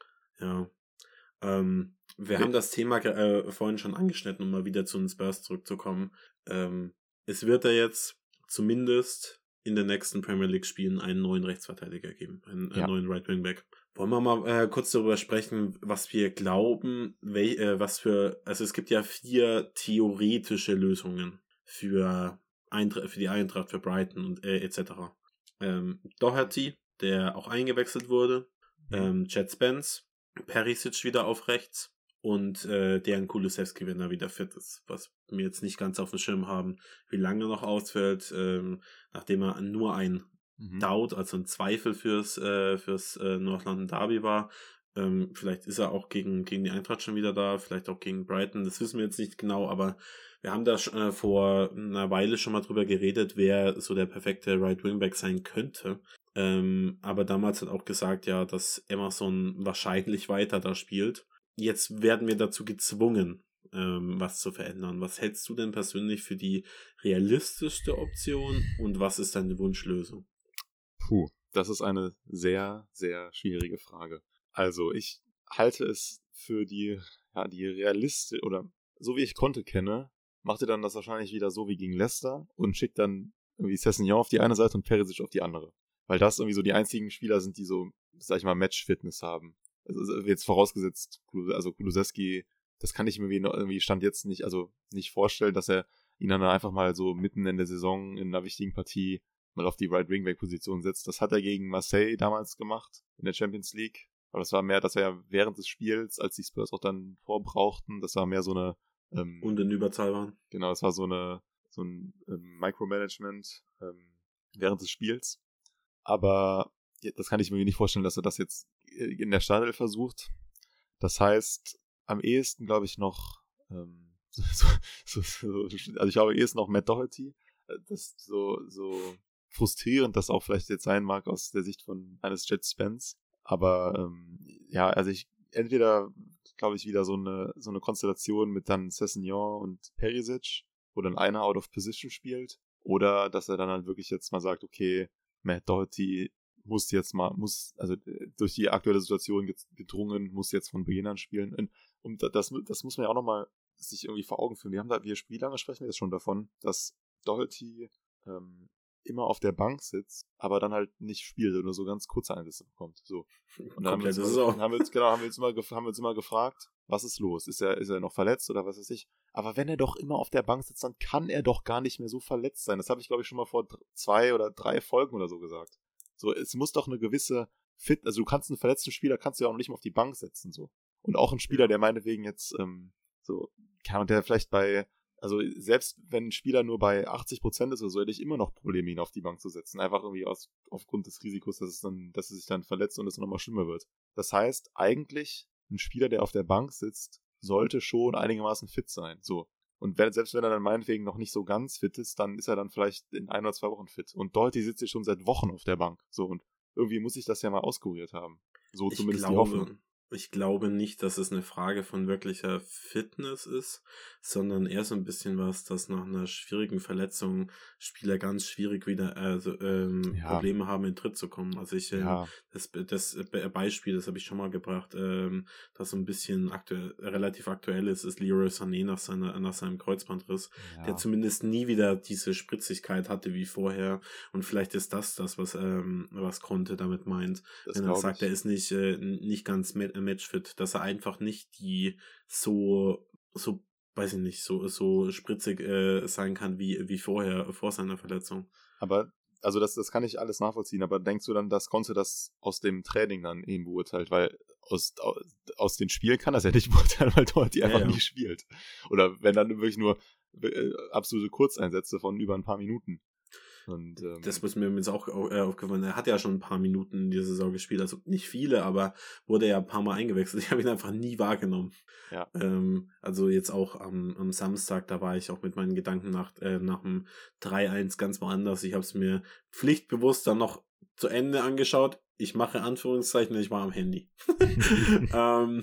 Ja. Ähm, wir okay. haben das Thema äh, vorhin schon angeschnitten, um mal wieder zu den Spurs zurückzukommen. Ähm, es wird da jetzt zumindest in den nächsten Premier League Spielen einen neuen Rechtsverteidiger geben, einen, einen ja. neuen Right Wing Back. Wollen wir mal äh, kurz darüber sprechen, was wir glauben, wel, äh, was für, also es gibt ja vier theoretische Lösungen für, Eintra- für die Eintracht, für Brighton und äh, et cetera. Ähm, Doherty, der auch eingewechselt wurde, ähm, Chad Spence, Perisic wieder auf rechts und äh, Dejan Kulusevski, wenn er wieder fit ist, was wir jetzt nicht ganz auf dem Schirm haben, wie lange er noch ausfällt, ähm, nachdem er nur ein mhm. Doubt, also ein Zweifel fürs, äh, fürs äh, North London Derby war. Ähm, vielleicht ist er auch gegen, gegen die Eintracht schon wieder da, vielleicht auch gegen Brighton, das wissen wir jetzt nicht genau, aber wir haben da äh, vor einer Weile schon mal drüber geredet, wer so der perfekte Right Wingback sein könnte. Ähm, aber damals hat auch gesagt, ja, dass Emerson wahrscheinlich weiter da spielt. Jetzt werden wir dazu gezwungen, ähm, was zu verändern. Was hältst du denn persönlich für die realistischste Option und was ist deine Wunschlösung? Puh, das ist eine sehr, sehr schwierige Frage. Also ich halte es für die, ja, die realistische, oder so wie ich Conte kenne, macht er dann das wahrscheinlich wieder so wie gegen Leicester und schickt dann irgendwie Sessegnon auf die eine Seite und Perisic auf die andere. Weil das irgendwie so die einzigen Spieler sind, die so, sag ich mal, Match-Fitness haben. Also jetzt vorausgesetzt, also Kulusevski, das kann ich mir irgendwie Stand jetzt nicht, also nicht vorstellen, dass er ihn dann einfach mal so mitten in der Saison in einer wichtigen Partie mal auf die Right-Wing-Back-Position setzt. Das hat er gegen Marseille damals gemacht, in der Champions League. Aber das war mehr, dass er während des Spiels, als die Spurs auch dann vorbrauchten, das war mehr so eine ähm, und in Überzahl waren. Genau, das war so eine so ein ähm, Micromanagement ähm, während des Spiels. Aber ja, das kann ich mir nicht vorstellen, dass er das jetzt in der Startelf versucht. Das heißt, am ehesten glaube ich noch ähm, so, so, so, also ich glaube eh ist noch Matt Doherty, das so, so frustrierend das auch vielleicht jetzt sein mag aus der Sicht von eines Jet Spence, aber ähm, ja, also ich entweder glaube ich wieder so eine so eine Konstellation mit dann Sessegnon und Perisic, wo dann einer out of position spielt, oder dass er dann halt wirklich jetzt mal sagt, okay, Matt Doherty muss jetzt mal, muss, also durch die aktuelle Situation gedrungen, muss jetzt von Beginn an spielen. Und das, das muss man ja auch nochmal sich irgendwie vor Augen führen. Wir haben da, wir spielen lange sprechen wir jetzt schon davon, dass Doherty ähm, immer auf der Bank sitzt, aber dann halt nicht spielt oder so ganz kurze Einsätze bekommt. So. Und dann haben wir, uns mal, haben wir uns, genau, haben wir uns immer, haben wir uns immer gefragt, was ist los? Ist er, ist er noch verletzt oder was weiß ich? Aber wenn er doch immer auf der Bank sitzt, dann kann er doch gar nicht mehr so verletzt sein. Das habe ich, glaube ich, schon mal vor zwei oder drei Folgen oder so gesagt. So, es muss doch eine gewisse Fit, also du kannst einen verletzten Spieler, kannst du ja auch noch nicht mal auf die Bank setzen, so. Und auch ein Spieler, der meinetwegen jetzt, ähm, so, kann, der vielleicht bei, also selbst wenn ein Spieler nur bei achtzig Prozent ist oder so, hätte ich immer noch Probleme, ihn auf die Bank zu setzen. Einfach irgendwie aus, aufgrund des Risikos, dass es dann, dass er sich dann verletzt und es nochmal schlimmer wird. Das heißt, eigentlich, ein Spieler, der auf der Bank sitzt, sollte schon einigermaßen fit sein, so. Und wenn, selbst wenn er dann meinetwegen noch nicht so ganz fit ist, dann ist er dann vielleicht in ein oder zwei Wochen fit. Und Doherty sitzt ja schon seit Wochen auf der Bank. So, und irgendwie muss ich das ja mal auskuriert haben. So ich zumindest glaube, die Hoffnung. Ich glaube nicht, dass es eine Frage von wirklicher Fitness ist, sondern eher so ein bisschen was, dass nach einer schwierigen Verletzung Spieler ganz schwierig wieder also, ähm, ja. Probleme haben, in Tritt zu kommen. Also ich, ähm, ja. das, das Beispiel, das habe ich schon mal gebracht, ähm, das so ein bisschen aktuell, relativ aktuell ist, ist Leroy Sané nach, seiner, nach seinem Kreuzbandriss, ja. der zumindest nie wieder diese Spritzigkeit hatte wie vorher. Und vielleicht ist das das, was, ähm, was Conte damit meint. Das wenn er sagt, ich. er ist nicht, äh, nicht ganz mit Matchfit, dass er einfach nicht die so, so, weiß ich nicht, so, so spritzig äh, sein kann wie, wie vorher, vor seiner Verletzung. Aber, also das, das kann ich alles nachvollziehen, aber denkst du dann, dass Conte das aus dem Training dann eben beurteilt? Weil aus, aus, aus den Spielen kann das ja nicht beurteilen, weil Doherty einfach ja, ja. nie spielt. Oder wenn dann wirklich nur äh, absolute Kurzeinsätze von über ein paar Minuten. Und, ähm, das muss mir jetzt auch äh, aufgefallen. Er hat ja schon ein paar Minuten in dieser Saison gespielt, also nicht viele, aber wurde ja ein paar Mal eingewechselt. Ich habe ihn einfach nie wahrgenommen. Ja. Ähm, also jetzt auch am, am Samstag, da war ich auch mit meinen Gedanken nach, äh, nach dem drei eins ganz woanders. Ich habe es mir pflichtbewusst dann noch zu Ende angeschaut. Ich mache Anführungszeichen, ich war am Handy. ähm,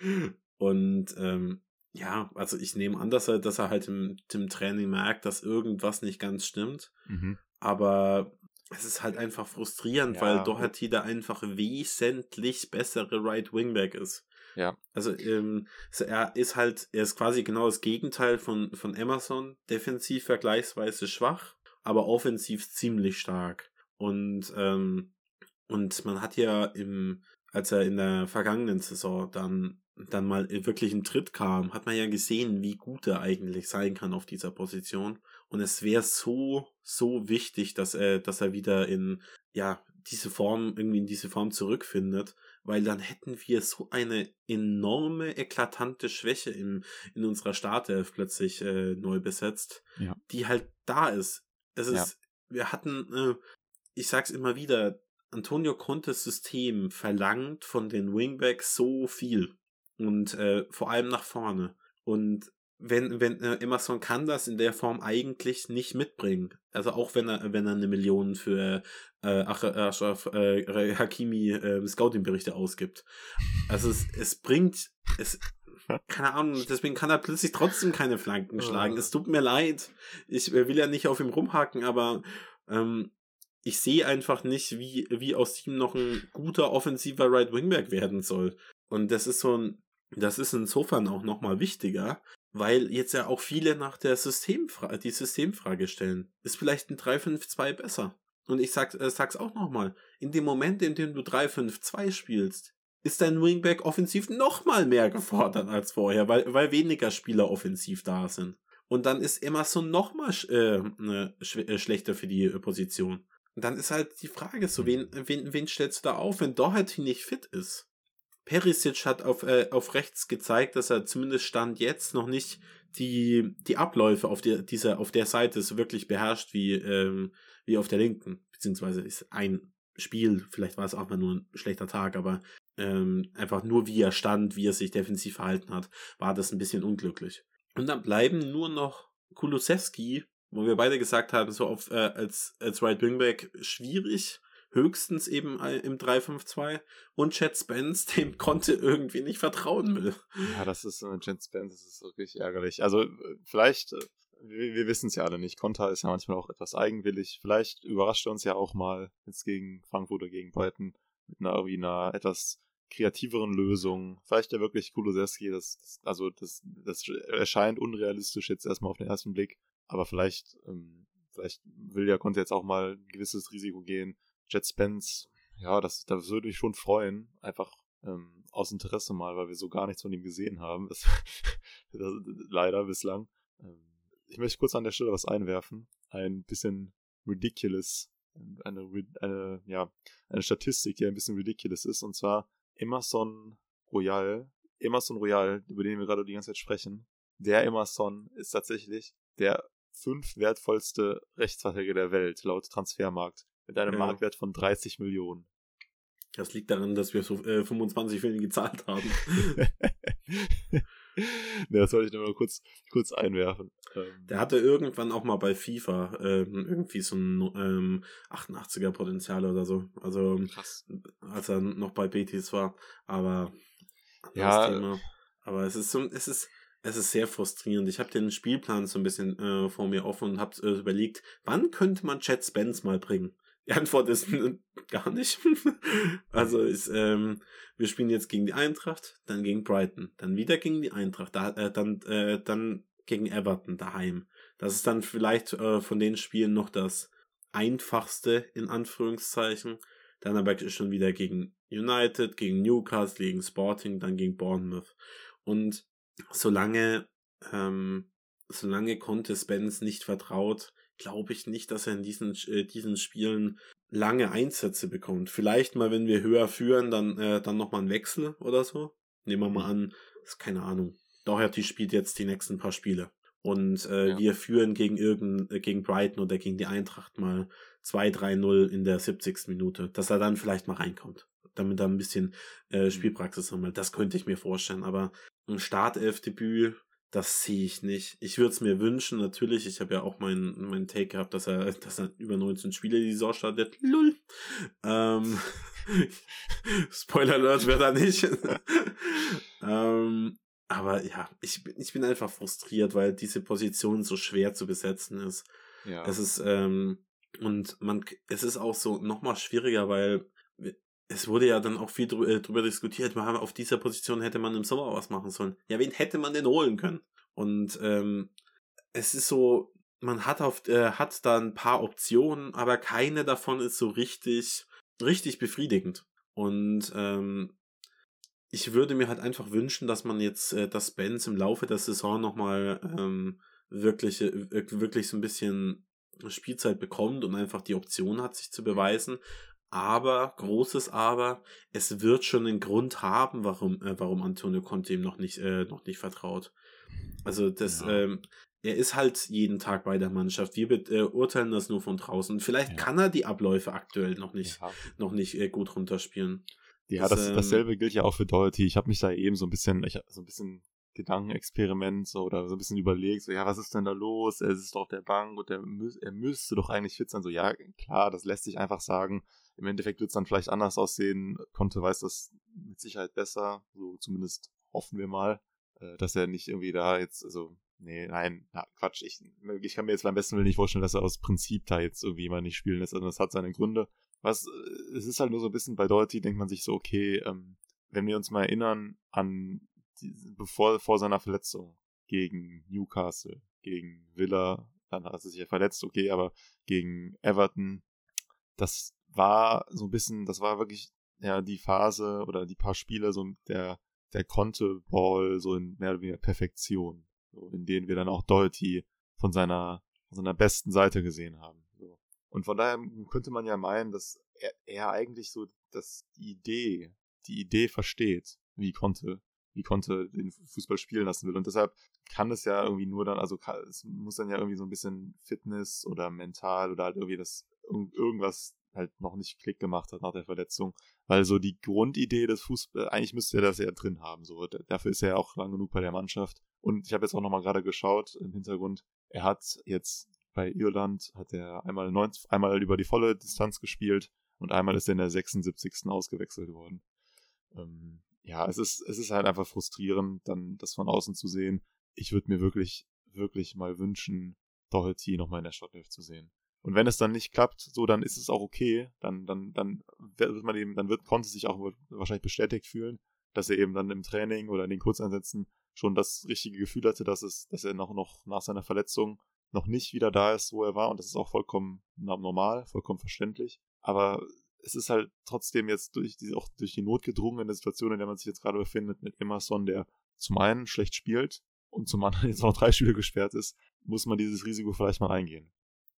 und ähm, ja, also ich nehme an, dass er, dass er halt im, im Training merkt, dass irgendwas nicht ganz stimmt. Mhm. Aber es ist halt einfach frustrierend, ja, weil Doherty da einfach wesentlich bessere Right-Wingback ist. Ja. Also ähm, er ist halt, er ist quasi genau das Gegenteil von, von Emerson. Defensiv vergleichsweise schwach, aber offensiv ziemlich stark. Und, ähm, und man hat ja im, als er in der vergangenen Saison dann dann mal wirklich in Tritt kam, hat man ja gesehen, wie gut er eigentlich sein kann auf dieser Position. Und es wäre so, so wichtig, dass er, dass er wieder in, ja, diese Form, irgendwie in diese Form zurückfindet, weil dann hätten wir so eine enorme, eklatante Schwäche im, in unserer Startelf plötzlich äh, neu besetzt, ja. die halt da ist. Es ist, ja. wir hatten, äh, ich sag's immer wieder, Antonio Contes System verlangt von den Wingbacks so viel. Und äh, vor allem nach vorne. Und wenn, wenn äh, Emerson kann das in der Form eigentlich nicht mitbringen. Also auch wenn er, wenn er eine Million für äh, Achraf äh, Hakimi äh, Scouting-Berichte ausgibt. Also es, es bringt, es, keine Ahnung, deswegen kann er plötzlich trotzdem keine Flanken schlagen. Es tut mir leid. Ich will ja nicht auf ihm rumhaken, aber ähm, ich sehe einfach nicht, wie, wie aus ihm noch ein guter offensiver Right-Wingback werden soll. Und das ist so ein, das ist insofern auch nochmal wichtiger, weil jetzt ja auch viele nach der Systemfrage, die Systemfrage stellen. Ist vielleicht ein drei fünf zwei besser? Und ich sag, äh, sag's auch nochmal. In dem Moment, in dem du drei fünf zwei spielst, ist dein Wingback offensiv nochmal mehr gefordert als vorher, weil, weil weniger Spieler offensiv da sind. Und dann ist Emerson nochmal äh, äh, sch- äh, schlechter für die äh, Position. Und dann ist halt die Frage so, wen, wen, wen stellst du da auf, wenn Doherty nicht fit ist? Perisic hat auf, äh, auf rechts gezeigt, dass er zumindest Stand jetzt noch nicht die, die Abläufe auf der, dieser, auf der Seite so wirklich beherrscht wie, ähm, wie auf der linken. Beziehungsweise ist ein Spiel, vielleicht war es auch mal nur ein schlechter Tag, aber ähm, einfach nur wie er stand, wie er sich defensiv verhalten hat, war das ein bisschen unglücklich. Und dann bleiben nur noch Kulusewski, wo wir beide gesagt haben, so auf, äh, als, als Right Wingback schwierig, höchstens eben im drei fünf zwei, und Chad Spence, dem Conte irgendwie nicht vertrauen will. Ja, das ist äh, Chad Spence, das ist wirklich ärgerlich. Also vielleicht, äh, wir, wir wissen es ja alle nicht, Conte ist ja manchmal auch etwas eigenwillig. Vielleicht überrascht er uns ja auch mal jetzt gegen Frankfurt oder gegen Brighton mit einer, irgendwie einer etwas kreativeren Lösung. Vielleicht ja wirklich Kulusewski, das, das, also das, das erscheint unrealistisch jetzt erstmal auf den ersten Blick, aber vielleicht, ähm, vielleicht will ja Conte jetzt auch mal ein gewisses Risiko gehen. Chad Spence, ja, das, das würde mich schon freuen, einfach ähm, aus Interesse mal, weil wir so gar nichts von ihm gesehen haben, das, das, leider bislang. Ähm, ich möchte kurz an der Stelle was einwerfen, ein bisschen ridiculous, eine, eine, ja, eine Statistik, die ein bisschen ridiculous ist, und zwar Emerson Royal, Emerson Royal, über den wir gerade die ganze Zeit sprechen, der Emerson ist tatsächlich der fünf wertvollste Rechtsverteidiger der Welt, laut Transfermarkt, mit einem ja. Marktwert von dreißig Millionen. Das liegt daran, dass wir so äh, fünfundzwanzig für ihn gezahlt haben. Ne, das wollte ich nur mal kurz, kurz einwerfen. Ähm, der hatte irgendwann auch mal bei FIFA ähm, irgendwie so ein ähm, achtundachtziger Potenzial oder so. Also krass, als er noch bei Betis war. Aber ja, Thema. Aber es ist so, es ist, es ist sehr frustrierend. Ich habe den Spielplan so ein bisschen äh, vor mir offen und habe äh, überlegt, wann könnte man Chad Spence mal bringen? Die Antwort ist gar nicht. Also ist, ähm, wir spielen jetzt gegen die Eintracht, dann gegen Brighton, dann wieder gegen die Eintracht, da, äh, dann, äh, dann gegen Everton daheim. Das ist dann vielleicht äh, von den Spielen noch das einfachste, in Anführungszeichen. Dann aber schon wieder gegen United, gegen Newcastle, gegen Sporting, dann gegen Bournemouth. Und solange, ähm, solange Conte Spence nicht vertraut, glaube ich nicht, dass er in diesen, äh, diesen Spielen lange Einsätze bekommt. Vielleicht mal, wenn wir höher führen, dann, äh, dann nochmal einen Wechsel oder so. Nehmen wir mal an, ist keine Ahnung. Doherty spielt jetzt die nächsten paar Spiele. Und äh, ja. wir führen gegen irgend, äh, gegen Brighton oder gegen die Eintracht mal zwei drei null in der siebzigsten Minute. Dass er dann vielleicht mal reinkommt. Damit er ein bisschen äh, Spielpraxis sammelt. Das könnte ich mir vorstellen. Aber ein Startelfdebüt, das sehe ich nicht. Ich würde es mir wünschen, natürlich. Ich habe ja auch meinen mein Take gehabt, dass er, dass er über neunzehn Spiele die Saison startet. Lull. Ähm, Spoiler Alert, wer da nicht. ähm, aber ja, ich, ich bin einfach frustriert, weil diese Position so schwer zu besetzen ist. Ja. Es ist, ähm, und man, es ist auch so nochmal schwieriger, weil es wurde ja dann auch viel drü- drüber diskutiert, man, auf dieser Position hätte man im Sommer was machen sollen. Ja, wen hätte man denn holen können? Und ähm, es ist so, man hat auf äh, hat da ein paar Optionen, aber keine davon ist so richtig, richtig befriedigend. Und ähm, ich würde mir halt einfach wünschen, dass man jetzt, äh, dass Spence im Laufe der Saison nochmal ähm, wirklich, äh, wirklich so ein bisschen Spielzeit bekommt und einfach die Option hat, sich zu beweisen. Aber, großes Aber, es wird schon einen Grund haben, warum, äh, warum Antonio Conte ihm noch nicht, äh, noch nicht vertraut. Also, das, ja. ähm, er ist halt jeden Tag bei der Mannschaft. Wir beurteilen das nur von draußen. Vielleicht ja. kann er die Abläufe aktuell noch nicht, ja. noch nicht äh, gut runterspielen. Ja, das, das ähm, dasselbe gilt ja auch für Doherty. Ich habe mich da eben so ein bisschen, ich so ein bisschen Gedankenexperiment so, oder so ein bisschen überlegt, so, ja, was ist denn da los? Er ist doch auf der Bank und er, mü- er müsste doch eigentlich fit sein. So, ja, klar, das lässt sich einfach sagen. Im Endeffekt wird es dann vielleicht anders aussehen. Conte weiß das mit Sicherheit besser. So zumindest hoffen wir mal, äh, dass er nicht irgendwie da jetzt, also, nee, nein, na, Quatsch. Ich, ich kann mir jetzt beim besten Willen nicht vorstellen, dass er aus Prinzip da jetzt irgendwie mal nicht spielen lässt. Also das hat seine Gründe. Was, es ist halt nur so ein bisschen bei Doherty, denkt man sich so, okay, ähm, wenn wir uns mal erinnern an die, bevor vor seiner Verletzung gegen Newcastle, gegen Villa, dann hat er sich ja verletzt, okay, aber gegen Everton, das war so ein bisschen, das war wirklich ja die Phase oder die paar Spiele so der der Conte-Ball so in mehr oder weniger Perfektion, so in denen wir dann auch Doherty von seiner von seiner besten Seite gesehen haben. So. Und von daher könnte man ja meinen, dass er, er eigentlich so, dass die Idee, die Idee versteht, wie Conte, wie Conte den Fußball spielen lassen will. Und deshalb kann es ja irgendwie nur dann, also kann, es muss dann ja irgendwie so ein bisschen Fitness oder mental oder halt irgendwie das irgendwas halt noch nicht Klick gemacht hat nach der Verletzung. Weil so die Grundidee des Fußballs, eigentlich müsste er das ja drin haben. So. Dafür ist er ja auch lang genug bei der Mannschaft. Und ich habe jetzt auch nochmal gerade geschaut im Hintergrund. Er hat jetzt bei Irland, hat er einmal, neunzig, einmal über die volle Distanz gespielt und einmal ist er in der sechsundsiebzigsten ausgewechselt worden. Ähm, ja, es ist, es ist halt einfach frustrierend, dann das von außen zu sehen. Ich würde mir wirklich, wirklich mal wünschen, Doherty nochmal in der Startelf zu sehen. Und wenn es dann nicht klappt, so, dann ist es auch okay. Dann, dann, dann wird man eben, dann wird Conte sich auch wahrscheinlich bestätigt fühlen, dass er eben dann im Training oder in den Kurzeinsätzen schon das richtige Gefühl hatte, dass es, dass er noch, noch nach seiner Verletzung noch nicht wieder da ist, wo er war. Und das ist auch vollkommen normal, vollkommen verständlich. Aber es ist halt trotzdem jetzt durch die, auch durch die notgedrungene Situation, in der man sich jetzt gerade befindet, mit Emerson, der zum einen schlecht spielt und zum anderen jetzt noch drei Spiele gesperrt ist, muss man dieses Risiko vielleicht mal eingehen.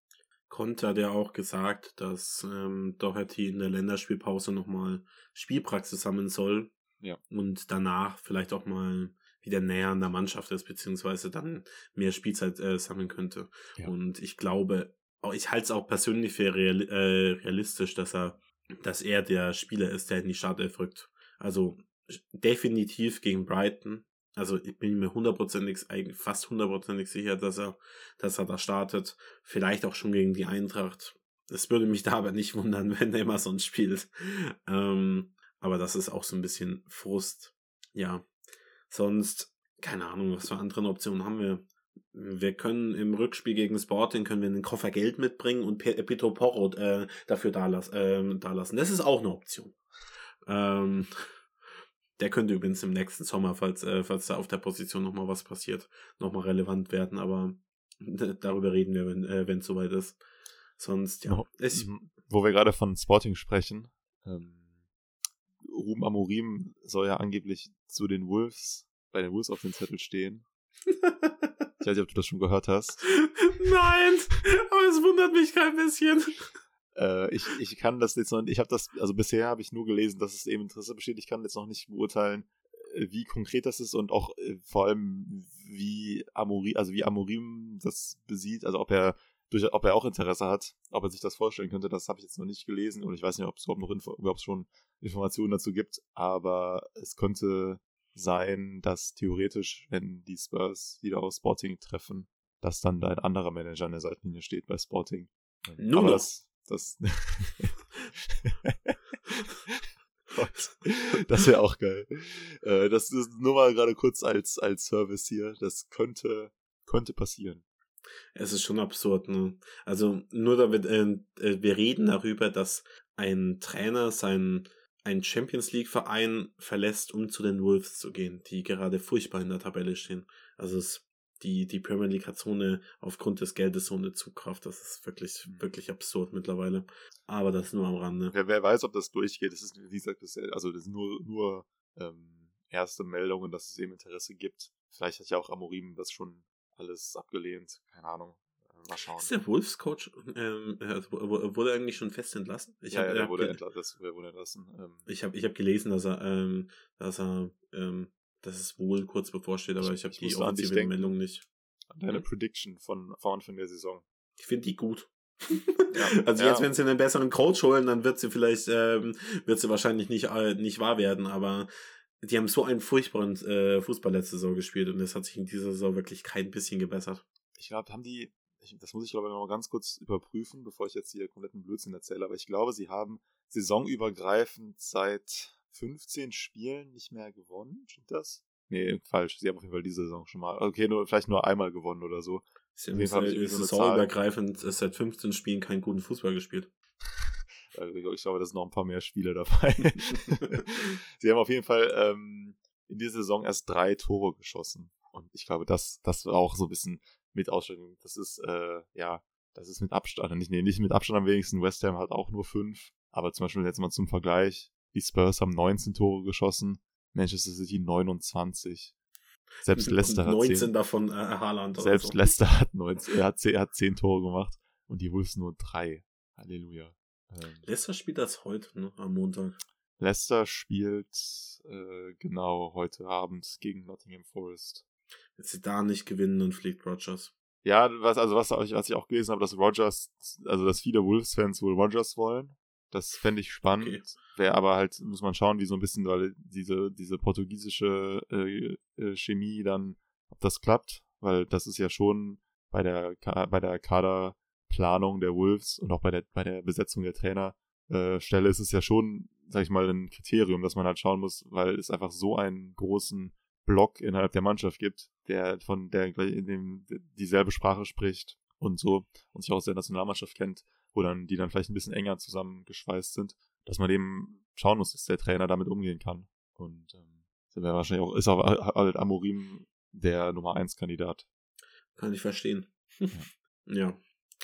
Conte hat ja auch gesagt, dass ähm, Doherty in der Länderspielpause nochmal Spielpraxis sammeln soll. Ja. Und danach vielleicht auch mal wieder näher an der Mannschaft ist, beziehungsweise dann mehr Spielzeit äh, sammeln könnte. Ja. Und ich glaube, ich halte es auch persönlich für real, äh, realistisch, dass er, dass er der Spieler ist, der in die Startelf rückt. Also definitiv gegen Brighton. Also ich bin mir hundertprozentig, eigentlich fast hundertprozentig sicher, dass er, dass er da startet. Vielleicht auch schon gegen die Eintracht. Es würde mich da aber nicht wundern, wenn Emerson spielt. Ähm, aber das ist auch so ein bisschen Frust. Ja, sonst, keine Ahnung, was für andere Optionen haben wir. Wir können im Rückspiel gegen Sporting können wir einen Koffer Geld mitbringen und Pedro Porro äh, dafür da, las, äh, da lassen. Das ist auch eine Option. Ähm... Der könnte übrigens im nächsten Sommer, falls, äh, falls da auf der Position nochmal was passiert, nochmal relevant werden, aber darüber reden wir, wenn äh, es soweit ist. Sonst, ja. No, ich, wo wir gerade von Sporting sprechen, ähm, Ruben Amorim soll ja angeblich zu den Wolves, bei den Wolves auf dem Zettel stehen. Ich weiß nicht, ob du das schon gehört hast. Nein, aber es wundert mich kein bisschen. Äh, ich, ich kann das jetzt noch, ich habe das, also bisher habe ich nur gelesen, dass es eben Interesse besteht. Ich kann jetzt noch nicht beurteilen, wie konkret das ist und auch äh, vor allem wie Amorim, also wie Amorim das besieht, also ob er durch, ob er auch Interesse hat, ob er sich das vorstellen könnte, das habe ich jetzt noch nicht gelesen und ich weiß nicht, ob es überhaupt noch Info, überhaupt schon Informationen dazu gibt, aber es könnte sein, dass theoretisch, wenn die Spurs wieder auf Sporting treffen, dass dann da ein anderer Manager an der Seitenlinie steht bei Sporting. Nur aber noch. das Das, das wäre auch geil. Äh, das ist nur mal gerade kurz als, als Service hier. Das könnte, könnte passieren. Es ist schon absurd, ne? Also nur damit, äh, wir reden darüber, dass ein Trainer seinen einen Champions League Verein verlässt, um zu den Wolves zu gehen, die gerade furchtbar in der Tabelle stehen. Also es Die, die Premier League hat so eine, aufgrund des Geldes so eine Zugkraft, das ist wirklich, wirklich absurd mittlerweile. Aber das nur am Rande. Wer, wer weiß, ob das durchgeht. Das ist, wie gesagt, das, also das sind nur, nur ähm, erste Meldungen, dass es eben Interesse gibt. Vielleicht hat ja auch Amorim das schon alles abgelehnt. Keine Ahnung. Mal schauen. Ist der Wolves-Coach, ähm, also wurde er eigentlich schon fest entlassen? Ich ja, hab, ja, der hab wurde, ge- entlassen, der wurde entlassen. Ähm, Ich habe ich hab gelesen, dass er, ähm, dass er, ähm, dass es wohl kurz bevorsteht, aber ich, ich habe die musste an dich offizielle denken. Meldung nicht. An deine Hm? Prediction von vor Anfang der Saison. Ich finde die gut. Ja, Also ja. jetzt, wenn sie einen besseren Coach holen, dann wird sie vielleicht, ähm, wird sie wahrscheinlich nicht, äh, nicht wahr werden, aber die haben so einen furchtbaren äh, Fußball letzte Saison gespielt und das hat sich in dieser Saison wirklich kein bisschen gebessert. Ich glaube, haben die, ich, das muss ich glaube ich noch mal ganz kurz überprüfen, bevor ich jetzt hier kompletten Blödsinn erzähle, aber ich glaube, sie haben saisonübergreifend seit fünfzehn Spielen nicht mehr gewonnen. Stimmt das? Nee, falsch. Sie haben auf jeden Fall diese Saison schon mal, okay, nur, vielleicht nur einmal gewonnen oder so. Sie haben saisonübergreifend seit fünfzehn Spielen keinen guten Fußball gespielt. Ich glaube, da sind noch ein paar mehr Spiele dabei. Sie haben auf jeden Fall ähm, in dieser Saison erst drei Tore geschossen. Und ich glaube, das, das war auch so ein bisschen mit Ausstellung. Das ist, äh, ja, das ist mit Abstand, nicht, nee, nicht mit Abstand am wenigsten. West Ham hat auch nur fünf. Aber zum Beispiel jetzt mal zum Vergleich. Die Spurs haben neunzehn Tore geschossen. Manchester City neunundzwanzig. Selbst Leicester hat neunzehn zehn. Davon äh, Haaland. Selbst so. Leicester hat neunzehn, er hat zehn, er hat zehn Tore gemacht. Und die Wolves nur drei. Halleluja. Ähm, Leicester spielt das heute, ne, am Montag. Leicester spielt äh, genau heute Abend gegen Nottingham Forest. Wenn sie da nicht gewinnen, dann fliegt Rodgers. Ja, was, also was, was ich auch gelesen habe, dass Rodgers, also dass viele Wolves-Fans wohl Rodgers wollen. Das fände ich spannend. Okay. Wäre aber halt, muss man schauen, wie so ein bisschen, weil diese, diese portugiesische äh, äh, Chemie dann, ob das klappt, weil das ist ja schon bei der bei der Kaderplanung der Wolves und auch bei der bei der Besetzung der Trainerstelle äh, ist es ja schon, sag ich mal, ein Kriterium, dass man halt schauen muss, weil es einfach so einen großen Block innerhalb der Mannschaft gibt, der von der in dem dieselbe Sprache spricht und so und sich auch aus der Nationalmannschaft kennt, wo dann die dann vielleicht ein bisschen enger zusammengeschweißt sind, dass man eben schauen muss, dass der Trainer damit umgehen kann. Und ähm, das wäre wahrscheinlich auch, ist auch halt Amorim der Nummer eins Kandidat. Kann ich verstehen. Ja. ja.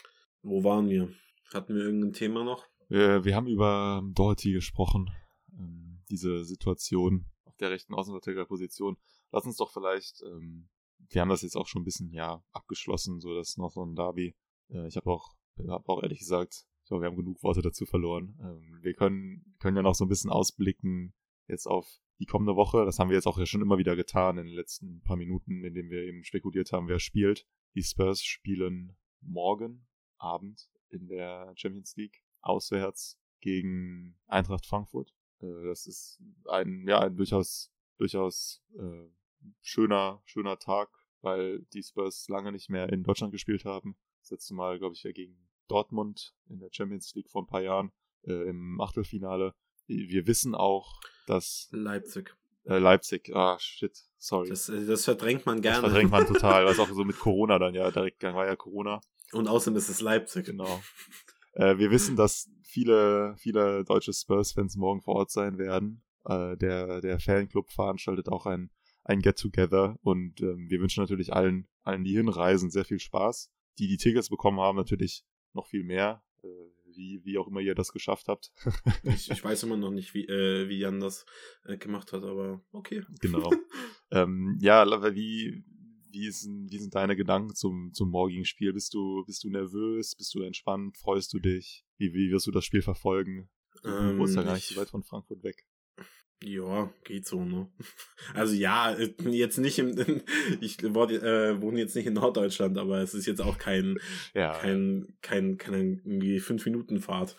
Wo waren wir? Hatten wir irgendein Thema noch? Wir, wir haben über Doherty gesprochen. Ähm, diese Situation auf der rechten Außenverteidigerposition. Lass uns doch vielleicht, ähm, wir haben das jetzt auch schon ein bisschen ja abgeschlossen, so das Northern Derby. Äh, ich habe auch, hab auch ehrlich gesagt, ich glaube, wir haben genug Worte dazu verloren. Ähm, wir können, können ja noch so ein bisschen ausblicken jetzt auf die kommende Woche. Das haben wir jetzt auch ja schon immer wieder getan in den letzten paar Minuten, in denen wir eben spekuliert haben, wer spielt. Die Spurs spielen morgen Abend in der Champions League auswärts gegen Eintracht Frankfurt. Äh, das ist ein, ja, ein durchaus, durchaus äh, schöner, schöner Tag, weil die Spurs lange nicht mehr in Deutschland gespielt haben. Das letzte Mal, glaube ich, ja gegen Dortmund in der Champions League vor ein paar Jahren äh, im Achtelfinale. Wir wissen auch, dass Leipzig. Äh, Leipzig, ah, shit, sorry. Das, das verdrängt man gerne. Das verdrängt man total, weil es auch so mit Corona dann ja, direkt war ja Corona. Und außerdem ist es Leipzig. Genau. äh, wir wissen, dass viele, viele deutsche Spurs-Fans morgen vor Ort sein werden. Äh, der, der Fanclub veranstaltet auch ein, ein Get-Together und ähm, wir wünschen natürlich allen, allen, die hinreisen, sehr viel Spaß. Die, die Tickets bekommen haben, natürlich noch viel mehr. Äh, Wie, wie auch immer ihr das geschafft habt. ich, ich weiß immer noch nicht, wie, äh, wie Jan das äh, gemacht hat, aber okay. Genau. ähm, ja, wie, wie, ist, wie sind deine Gedanken zum, zum morgigen Spiel? Bist du, bist du nervös? Bist du entspannt? Freust du dich? Wie, wie wirst du das Spiel verfolgen? Ähm, Wo ist ja gar nicht so weit von Frankfurt weg? Ja, geht so, ne? Also ja, jetzt nicht im, ich äh, wohne jetzt nicht in Norddeutschland, aber es ist jetzt auch kein, ja. kein, kein, keine irgendwie fünf Minuten Fahrt.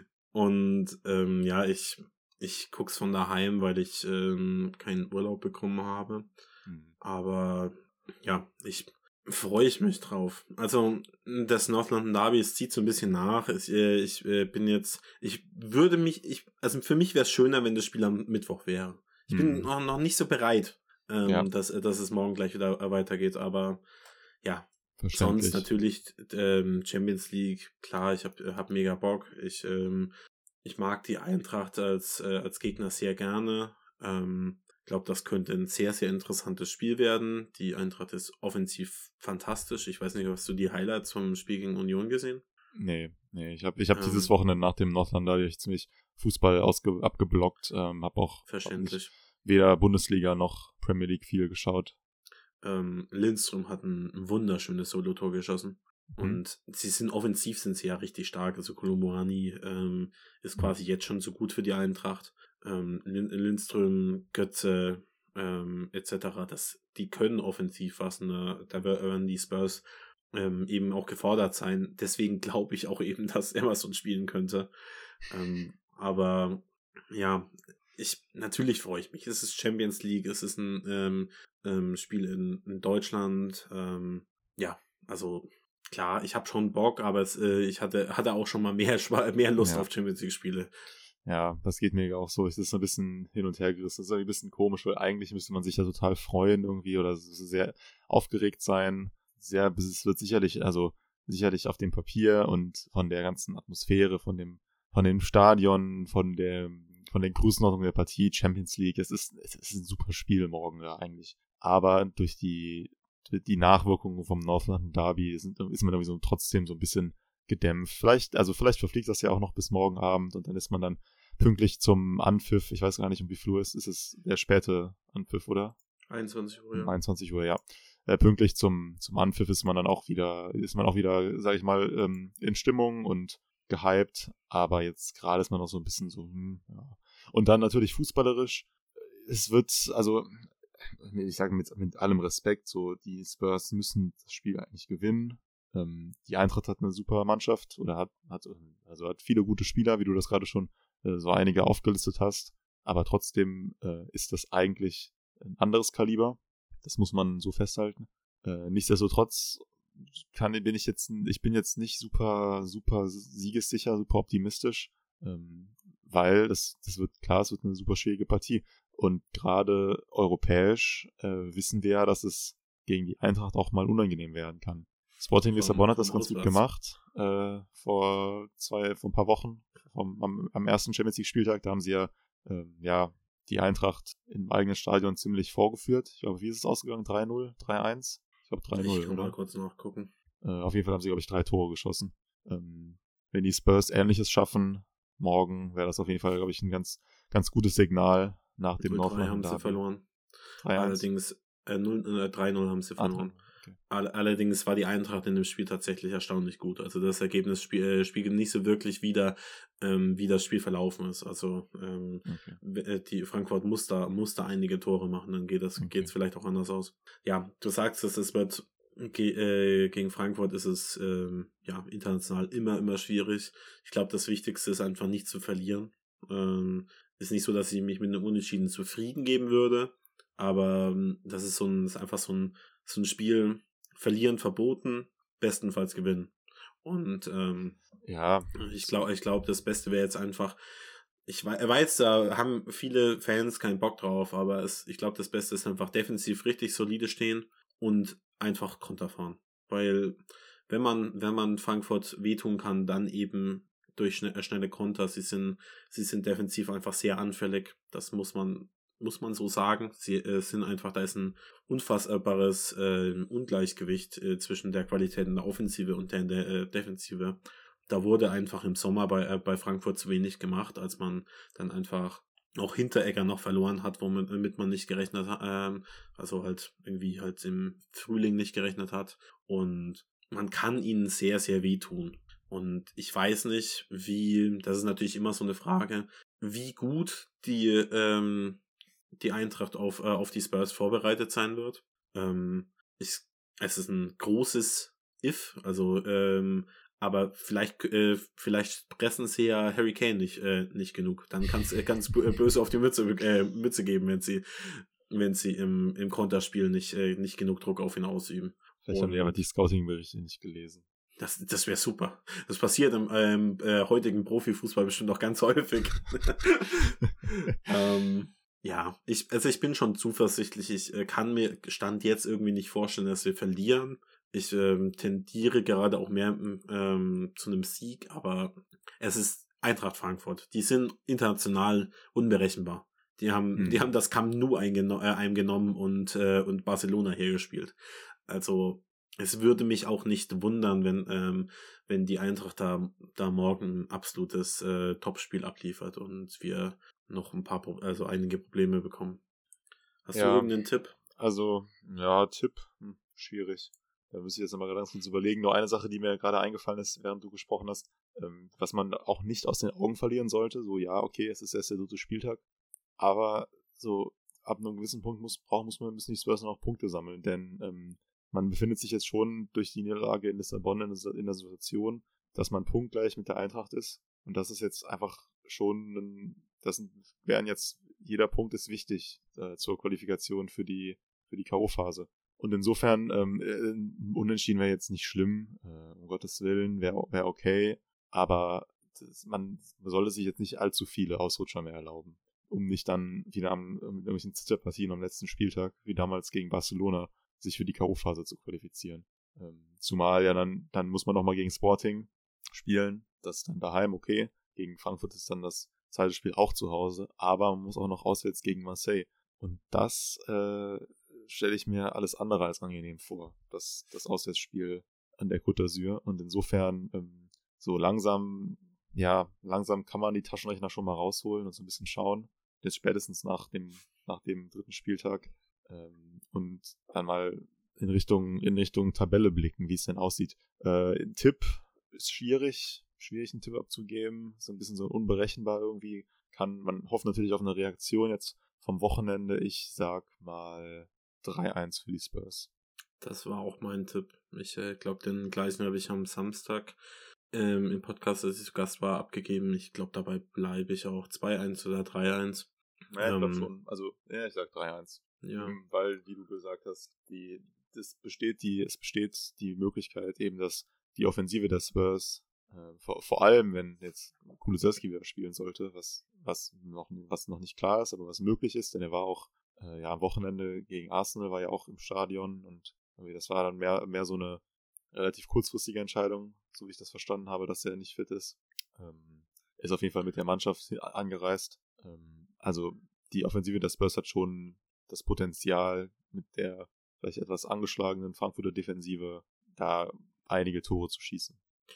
Und ähm, ja, ich, ich guck's von daheim, weil ich ähm, keinen Urlaub bekommen habe. Mhm. Aber ja, ich freue ich mich drauf. Also das North London Derby, es zieht so ein bisschen nach. Ich, äh, ich äh, bin jetzt, ich würde mich, ich, also für mich wäre es schöner, wenn das Spiel am Mittwoch wäre. Ich hm. bin noch, noch nicht so bereit, ähm, ja. dass, dass es morgen gleich wieder weitergeht, aber ja, sonst natürlich ähm, Champions League, klar, ich habe hab mega Bock. Ich, ähm, ich mag die Eintracht als, äh, als Gegner sehr gerne. Ähm, Ich glaube, das könnte ein sehr, sehr interessantes Spiel werden. Die Eintracht ist offensiv fantastisch. Ich weiß nicht, hast du die Highlights vom Spiel gegen Union gesehen? Nee, nee. Ich habe ich hab ähm, dieses Wochenende nach dem Northland Derby ziemlich Fußball ausge- abgeblockt. Ähm, habe auch verständlich. Hab weder Bundesliga noch Premier League viel geschaut. Ähm, Lindström hat ein wunderschönes Solo-Tor geschossen. Mhm. Und sie sind offensiv sind sie ja richtig stark. Also Kolomoani ähm, ist quasi mhm. jetzt schon so gut für die Eintracht. Ähm, Lindström, Götze, ähm, et cetera. Das, die können offensiv was, ne? Da werden die Spurs ähm, eben auch gefordert sein. Deswegen glaube ich auch eben, dass Emerson spielen könnte. Ähm, aber ja, ich natürlich freue ich mich. Es ist Champions League, es ist ein ähm, ähm, Spiel in, in Deutschland. Ähm, ja, also klar, ich habe schon Bock, aber es, äh, ich hatte, hatte auch schon mal mehr, mehr Lust ja. auf Champions League-Spiele. Ja, das geht mir auch so. Es ist ein bisschen hin und her gerissen. Das ist ein bisschen komisch, weil eigentlich müsste man sich ja total freuen irgendwie oder sehr aufgeregt sein. Sehr, es wird sicherlich, also sicherlich auf dem Papier und von der ganzen Atmosphäre, von dem, von dem Stadion, von der, von den Größenordnungen der Partie, Champions League. Es ist, es ist ein super Spiel morgen ja eigentlich. Aber durch die, die Nachwirkungen vom North London Derby sind, ist man irgendwie so trotzdem so ein bisschen gedämpft. Vielleicht, also vielleicht verfliegt das ja auch noch bis morgen Abend und dann ist man dann pünktlich zum Anpfiff. Ich weiß gar nicht, um wie viel Uhr es ist. Ist es der späte Anpfiff, oder? einundzwanzig Uhr, ja. einundzwanzig Uhr, ja. Äh, pünktlich zum, zum Anpfiff ist man dann auch wieder, ist man auch wieder, sag ich mal, ähm, in Stimmung und gehypt. Aber jetzt gerade ist man noch so ein bisschen so, hm, ja. Und dann natürlich fußballerisch. Es wird, also, ich sage mit, mit allem Respekt, so, die Spurs müssen das Spiel eigentlich gewinnen. Ähm, die Eintracht hat eine super Mannschaft oder hat, hat, also hat viele gute Spieler, wie du das gerade schon äh, so einige aufgelistet hast. Aber trotzdem äh, ist das eigentlich ein anderes Kaliber. Das muss man so festhalten. Äh, nichtsdestotrotz kann, bin ich jetzt, ich bin jetzt nicht super, super siegessicher, super optimistisch, ähm, weil das, das wird klar, es wird eine super schwierige Partie. Und gerade europäisch äh, wissen wir ja, dass es gegen die Eintracht auch mal unangenehm werden kann. Sporting Lissabon hat das ganz gut gemacht, äh, vor zwei, vor ein paar Wochen, vom, am, am ersten Champions League Spieltag, da haben sie ja, äh, ja, die Eintracht im eigenen Stadion ziemlich vorgeführt. Ich glaube, wie ist es ausgegangen? drei null? drei eins? Ich glaube drei null, Ich kann oder? mal kurz nachgucken. Äh, auf jeden Fall haben sie, glaube ich, drei Tore geschossen. Ähm, wenn die Spurs Ähnliches schaffen, morgen wäre das auf jeden Fall, glaube ich, ein ganz, ganz gutes Signal nach dem North London Derby. haben sie verloren. drei eins. Allerdings, äh, null, äh, drei null haben sie verloren. Ah, okay. All, allerdings war die Eintracht in dem Spiel tatsächlich erstaunlich gut. Also das Ergebnis spiel, äh, spiegelt nicht so wirklich wider, ähm, wie das Spiel verlaufen ist. Also ähm, okay. die Frankfurt muss da, muss da einige Tore machen, dann geht das okay. geht's vielleicht auch anders aus. Ja, du sagst es, es wird ge- äh, gegen Frankfurt ist es ähm, ja international immer, immer schwierig. Ich glaube, das Wichtigste ist einfach nicht zu verlieren. Ähm, ist nicht so, dass ich mich mit einem Unentschieden zufrieden geben würde, aber ähm, das ist so ein, ist einfach so ein, so ein Spiel, verlieren verboten, bestenfalls gewinnen. Und ähm, ja, ich glaube, ich glaube, das Beste wäre jetzt einfach, ich weiß, da haben viele Fans keinen Bock drauf, aber es, ich glaube, das Beste ist einfach defensiv richtig solide stehen und einfach Konter fahren. Weil wenn man, wenn man Frankfurt wehtun kann, dann eben durch schnelle, schnelle Konter. Sie sind, sie sind defensiv einfach sehr anfällig. Das muss man muss man so sagen. Sie äh, sind einfach, da ist ein unfassbares äh, Ungleichgewicht äh, zwischen der Qualität in der Offensive und der in der äh, Defensive. Da wurde einfach im Sommer bei, äh, bei Frankfurt zu wenig gemacht, als man dann einfach auch Hinteregger noch verloren hat, womit man nicht gerechnet hat, ähm, also halt irgendwie halt im Frühling nicht gerechnet hat. Und man kann ihnen sehr, sehr wehtun. Und ich weiß nicht, wie, das ist natürlich immer so eine Frage, wie gut die, ähm, die Eintracht auf, äh, auf die Spurs vorbereitet sein wird. Ähm, ich, es ist ein großes If, also ähm, aber vielleicht äh, vielleicht pressen sie ja Harry Kane nicht äh, nicht genug. Dann kann es äh, ganz böse auf die Mütze äh, Mütze geben, wenn sie wenn sie im im Konterspiel nicht äh, nicht genug Druck auf ihn ausüben. Vielleicht Und haben die aber die Scouting-Berichte nicht gelesen. Das, das wäre super. Das passiert im ähm, äh, heutigen Profifußball bestimmt auch ganz häufig. ähm, ja, ich, also ich bin schon zuversichtlich. Ich äh, kann mir Stand jetzt irgendwie nicht vorstellen, dass wir verlieren. Ich ähm, tendiere gerade auch mehr ähm, zu einem Sieg, aber es ist Eintracht Frankfurt. Die sind international unberechenbar. Die haben, hm. die haben das Camp Nou eingeno- äh, eingenommen und, äh, und Barcelona hergespielt. Also es würde mich auch nicht wundern, wenn, ähm, wenn die Eintracht da, da morgen ein absolutes äh, Topspiel abliefert und wir noch ein paar, Pro- also einige Probleme bekommen. Hast ja, du irgendeinen Tipp? Also, ja, Tipp, hm, schwierig. Da müsste ich jetzt nochmal ganz kurz überlegen. Nur eine Sache, die mir gerade eingefallen ist, während du gesprochen hast, ähm, was man auch nicht aus den Augen verlieren sollte. So, ja, okay, es ist erst der dritte Spieltag, aber so ab einem gewissen Punkt muss, braucht, muss man müssen die Spurs noch Punkte sammeln, denn ähm, man befindet sich jetzt schon durch die Niederlage in Lissabon in der Situation, dass man punktgleich mit der Eintracht ist. Und das ist jetzt einfach schon, ein, das wären jetzt, jeder Punkt ist wichtig äh, zur Qualifikation für die, für die K O-Phase. Und insofern, ähm, Unentschieden wäre jetzt nicht schlimm, äh, um Gottes Willen, wäre wär okay, aber das, man sollte sich jetzt nicht allzu viele Ausrutscher mehr erlauben, um nicht dann wieder am, mit irgendwelchen Zitterpartien am letzten Spieltag, wie damals gegen Barcelona, sich für die K O-Phase zu qualifizieren. Ähm, zumal ja dann, dann muss man nochmal gegen Sporting spielen, das ist dann daheim, okay, gegen Frankfurt ist dann das zweite Spiel auch zu Hause, aber man muss auch noch auswärts gegen Marseille. Und das äh, stelle ich mir alles andere als angenehm vor, das, das Auswärtsspiel an der Côte d'Azur. Und insofern ähm, so langsam, ja, langsam kann man die Taschenrechner schon mal rausholen und so ein bisschen schauen. Jetzt spätestens nach dem, nach dem dritten Spieltag ähm, und dann mal in Richtung, in Richtung Tabelle blicken, wie es denn aussieht. Äh, ein Tipp ist schwierig, schwierig einen Tipp abzugeben, so ein bisschen so unberechenbar irgendwie. Kann, man hofft natürlich auf eine Reaktion jetzt vom Wochenende. Ich sag mal drei eins für die Spurs. Das war auch mein Tipp. Ich äh, glaube, den gleichen habe ich am Samstag ähm, im Podcast, als ich zu Gast war, abgegeben. Ich glaube, dabei bleibe ich auch zwei eins oder drei eins. Ja, ich Ähm, glaube schon. Also, ja, ich sag drei eins. Ja. Weil, wie du gesagt hast, die, das besteht die, es besteht die Möglichkeit eben, dass die Offensive der Spurs, äh, vor, vor allem, wenn jetzt Kulusevski wieder spielen sollte, was, was noch, was noch nicht klar ist, aber was möglich ist, denn er war auch, äh, ja, am Wochenende gegen Arsenal, war ja auch im Stadion und irgendwie das war dann mehr, mehr so eine relativ kurzfristige Entscheidung, so wie ich das verstanden habe, dass er nicht fit ist. Ähm, ist auf jeden Fall mit der Mannschaft angereist. Ähm, also, die Offensive der Spurs hat schon das Potenzial, mit der vielleicht etwas angeschlagenen Frankfurter Defensive da einige Tore zu schießen.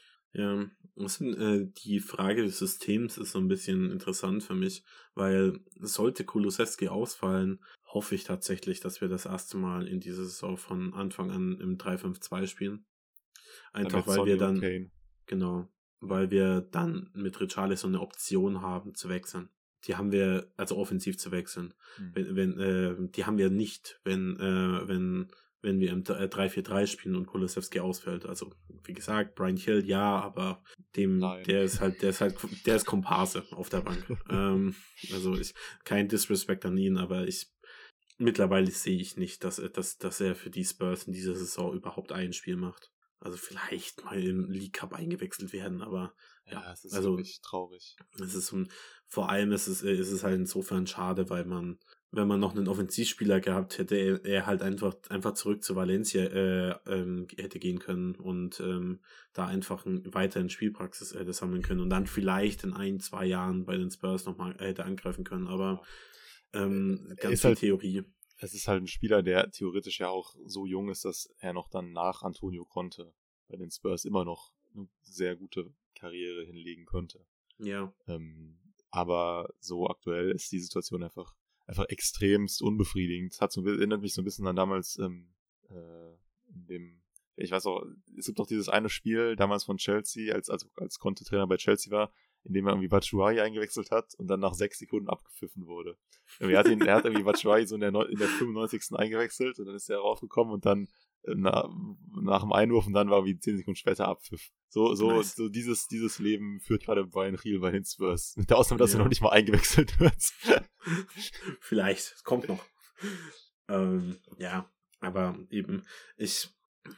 Ja, was sind, äh, die Frage des Systems ist so ein bisschen interessant für mich, weil sollte Kulusevski ausfallen, hoffe ich tatsächlich, dass wir das erste Mal in dieser Saison von Anfang an im drei fünf zwei spielen. Einfach weil wir dann, Kane. genau, weil wir dann mit Richarlison eine Option haben zu wechseln. Die haben wir, also offensiv zu wechseln. Hm. Wenn, wenn, äh, die haben wir nicht, wenn, äh, wenn, wenn wir im drei vier drei spielen und Kulusevski ausfällt. Also, wie gesagt, Bryan Gil, ja, aber dem, Nein. der ist halt, der ist halt, der ist Komparse auf der Bank. ähm, also ich, kein Disrespect an ihn, aber ich, mittlerweile sehe ich nicht, dass, dass, dass er für die Spurs in dieser Saison überhaupt ein Spiel macht. Also vielleicht mal im League Cup eingewechselt werden, aber ja, ja, es ist also wirklich traurig. Es ist ein, vor allem ist es, ist es halt insofern schade, weil man, wenn man noch einen Offensivspieler gehabt hätte, er, er halt einfach einfach zurück zu Valencia äh, ähm, hätte gehen können und ähm, da einfach ein, weiter in Spielpraxis hätte sammeln können und dann vielleicht in ein, zwei Jahren bei den Spurs nochmal hätte angreifen können, aber ähm, ganz ist viel halt, Theorie. Es ist halt ein Spieler, der theoretisch ja auch so jung ist, dass er noch dann nach Antonio Conte bei den Spurs immer noch eine sehr gute Karriere hinlegen könnte. Ja. Ähm, aber so aktuell ist die Situation einfach einfach extremst unbefriedigend. Hat so, erinnert mich so ein bisschen an damals ähm, äh, in dem, ich weiß auch, es gibt doch dieses eine Spiel damals von Chelsea, als als, als Conte-Trainer bei Chelsea war, in dem er irgendwie Batshuayi eingewechselt hat und dann nach sechs Sekunden abgepfiffen wurde. Er hat, ihn, er hat irgendwie Batshuayi so in der, in der fünfundneunzigsten eingewechselt und dann ist er raufgekommen und dann äh, na, nach dem Einwurf und dann war wie zehn Sekunden später Abpfiff. So, so, nice. so dieses, dieses Leben führt gerade Bryan Gil bei den Spurs. Mit der Ausnahme, dass Ja. er noch nicht mal eingewechselt wird. Vielleicht, es kommt noch. ähm, ja, aber eben, ich,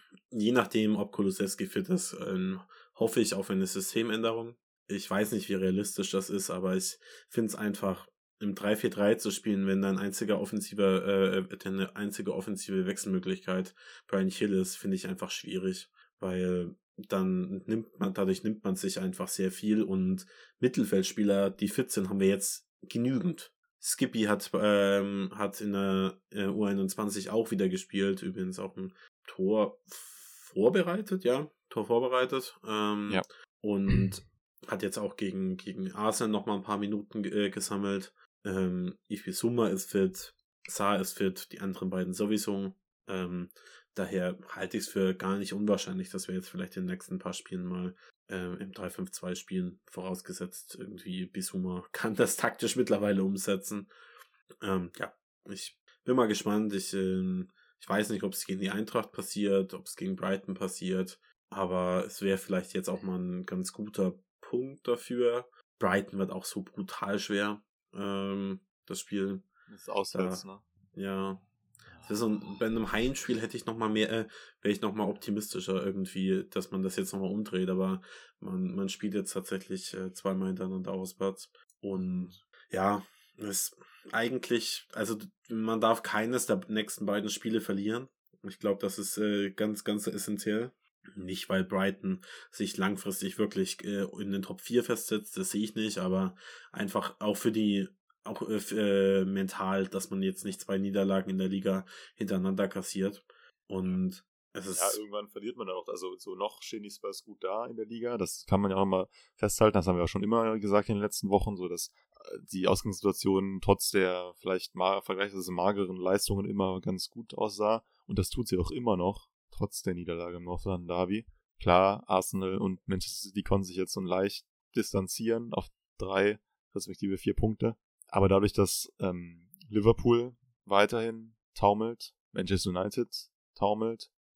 je nachdem, ob Kulusevski fit ist, ähm, hoffe ich auf eine Systemänderung. Ich weiß nicht, wie realistisch das ist, aber ich finde es einfach, im drei vier drei zu spielen, wenn dein einziger offensiver, äh, deine einzige offensive Wechselmöglichkeit Bryan Gil ist, finde ich einfach schwierig, weil dann nimmt man, dadurch nimmt man sich einfach sehr viel und Mittelfeldspieler, die fit sind, haben wir jetzt genügend. Skippy hat, ähm, hat in der äh, U einundzwanzig auch wieder gespielt, übrigens auch ein Tor vorbereitet, ja, Tor vorbereitet. Ähm, Ja. Und hat jetzt auch gegen, gegen Arsenal noch mal ein paar Minuten äh, gesammelt. Ähm, Ifisuma ist fit, Sarr ist fit, die anderen beiden sowieso. Ähm, daher halte ich es für gar nicht unwahrscheinlich, dass wir jetzt vielleicht in den nächsten paar Spielen mal äh, im drei fünf zwei spielen, vorausgesetzt irgendwie Bissouma kann das taktisch mittlerweile umsetzen. Ähm, ja, ich bin mal gespannt. Ich, äh, ich weiß nicht, ob es gegen die Eintracht passiert, ob es gegen Brighton passiert, aber es wäre vielleicht jetzt auch mal ein ganz guter Punkt dafür. Brighton wird auch so brutal schwer, ähm, das Spiel. Das ist auswärts, da, ne? Ja. Das ist so ein, bei einem Heimspiel hätte ich noch mal mehr, äh, wäre ich noch mal optimistischer irgendwie, dass man das jetzt noch mal umdreht, aber man, man spielt jetzt tatsächlich äh, zweimal hintereinander auswärts und ja, ist eigentlich, also man darf keines der nächsten beiden Spiele verlieren. Ich glaube, das ist äh, ganz, ganz essentiell. Nicht, weil Brighton sich langfristig wirklich äh, in den Top vier festsetzt, das sehe ich nicht, aber einfach auch für die, auch äh, mental, dass man jetzt nicht zwei Niederlagen in der Liga hintereinander kassiert. Und es ist... Ja, irgendwann verliert man dann auch, also so noch stehen die Spurs gut da in der Liga, das kann man ja auch mal festhalten, das haben wir auch schon immer gesagt in den letzten Wochen, so dass die Ausgangssituation trotz der vielleicht mal vergleichsweise mageren Leistungen immer ganz gut aussah und das tut sie auch immer noch. Trotz der Niederlage im North London Derby. Klar, Arsenal und Manchester City konnten sich jetzt so leicht distanzieren auf drei, respektive vier Punkte. Aber dadurch, dass ähm, Liverpool weiterhin taumelt, Manchester United taumelt,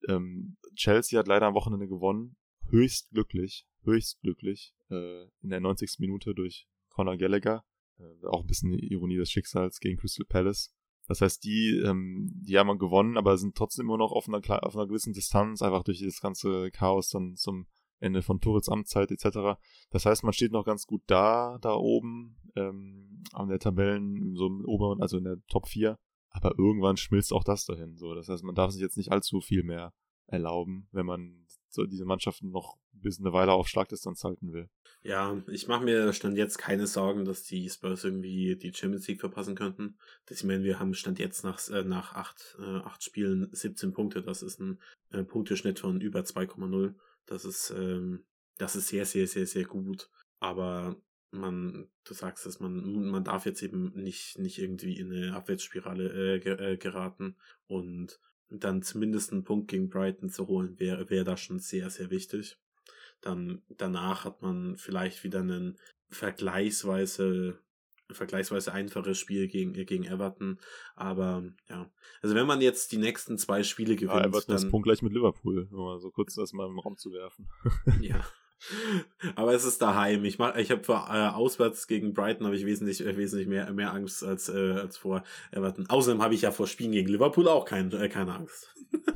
Ähm, Chelsea hat leider am Wochenende gewonnen. Höchst glücklich, höchst glücklich. Äh, in der neunzigsten Minute durch Conor Gallagher. Äh, auch ein bisschen die Ironie des Schicksals gegen Crystal Palace. Das heißt, die, ähm, die haben gewonnen, aber sind trotzdem immer noch auf einer, auf einer gewissen Distanz, einfach durch dieses ganze Chaos dann zum Ende von Tuchels Amtszeit et cetera. Das heißt, man steht noch ganz gut da, da oben, ähm, an der Tabellen, so im oberen, also in der Top vier. Aber irgendwann schmilzt auch das dahin. So, das heißt, man darf sich jetzt nicht allzu viel mehr erlauben, wenn man so diese Mannschaften noch bis eine Weile auf Schlagdistanz halten will. Ja, ich mache mir Stand jetzt keine Sorgen, dass die Spurs irgendwie die Champions League verpassen könnten. Das, ich meine, wir haben Stand jetzt nach, äh, nach acht, äh, acht Spielen siebzehn Punkte. Das ist ein äh, Punkteschnitt von über zwei Komma null. Das ist, ähm, das ist sehr, sehr, sehr, sehr gut. Aber man, du sagst es, man, man darf jetzt eben nicht, nicht irgendwie in eine Abwärtsspirale äh, ge- äh, geraten. Und dann zumindest einen Punkt gegen Brighton zu holen, wäre wäre da schon sehr, sehr wichtig. Dann danach hat man vielleicht wieder ein vergleichsweise vergleichsweise einfaches Spiel gegen gegen Everton, aber ja, also wenn man jetzt die nächsten zwei Spiele gewinnt, ja, Everton dann ist punktgleich mit Liverpool, nur mal so kurz das mal im Raum zu werfen. ja. Aber es ist daheim. Ich mach, ich habe vor äh, auswärts gegen Brighton habe ich wesentlich äh, wesentlich mehr mehr Angst als äh, als vor Everton. Außerdem habe ich ja vor Spielen gegen Liverpool auch kein, äh, keine Angst.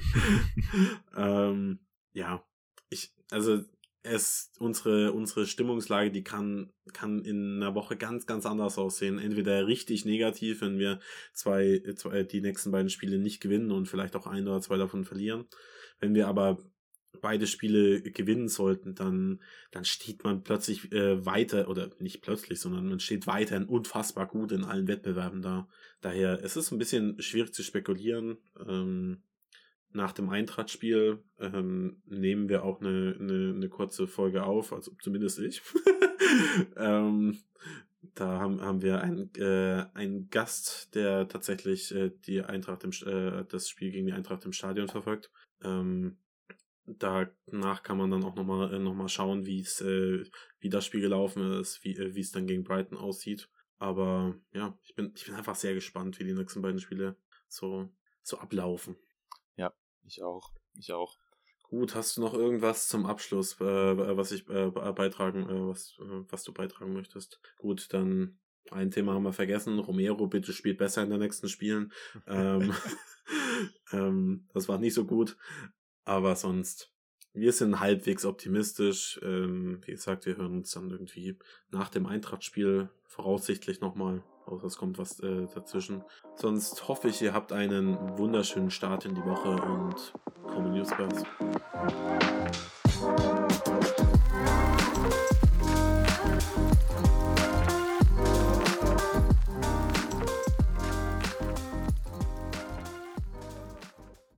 ähm, ja, ich also es unsere unsere Stimmungslage, die kann kann in einer Woche ganz ganz anders aussehen. Entweder richtig negativ, wenn wir zwei, zwei die nächsten beiden Spiele nicht gewinnen und vielleicht auch ein oder zwei davon verlieren. Wenn wir aber beide Spiele gewinnen sollten, dann dann steht man plötzlich äh, weiter, oder nicht plötzlich, sondern man steht weiterhin unfassbar gut in allen Wettbewerben da. Daher, es ist ein bisschen schwierig zu spekulieren. Ähm, nach dem Eintracht-Spiel ähm, nehmen wir auch eine, eine, eine kurze Folge auf, also zumindest ich. ähm, da haben, haben wir einen, äh, einen Gast, der tatsächlich äh, die Eintracht im, äh, das Spiel gegen die Eintracht im Stadion verfolgt. Ähm, Danach kann man dann auch nochmal äh, noch mal schauen, wie es äh, wie das Spiel gelaufen ist, wie äh, wie es dann gegen Brighton aussieht. Aber ja, ich bin ich bin einfach sehr gespannt, wie die nächsten beiden Spiele so so ablaufen. Ja, ich auch, ich auch. Gut, hast du noch irgendwas zum Abschluss, äh, was ich äh, beitragen, äh, was äh, was du beitragen möchtest? Gut, dann ein Thema haben wir vergessen. Romero, bitte spielt besser in den nächsten Spielen. ähm, ähm, das war nicht so gut. Aber sonst, wir sind halbwegs optimistisch. Ähm, wie gesagt, wir hören uns dann irgendwie nach dem Eintracht-Spiel voraussichtlich nochmal. Außer es kommt was äh, dazwischen. Sonst hoffe ich, ihr habt einen wunderschönen Start in die Woche und Come on, you Spurs.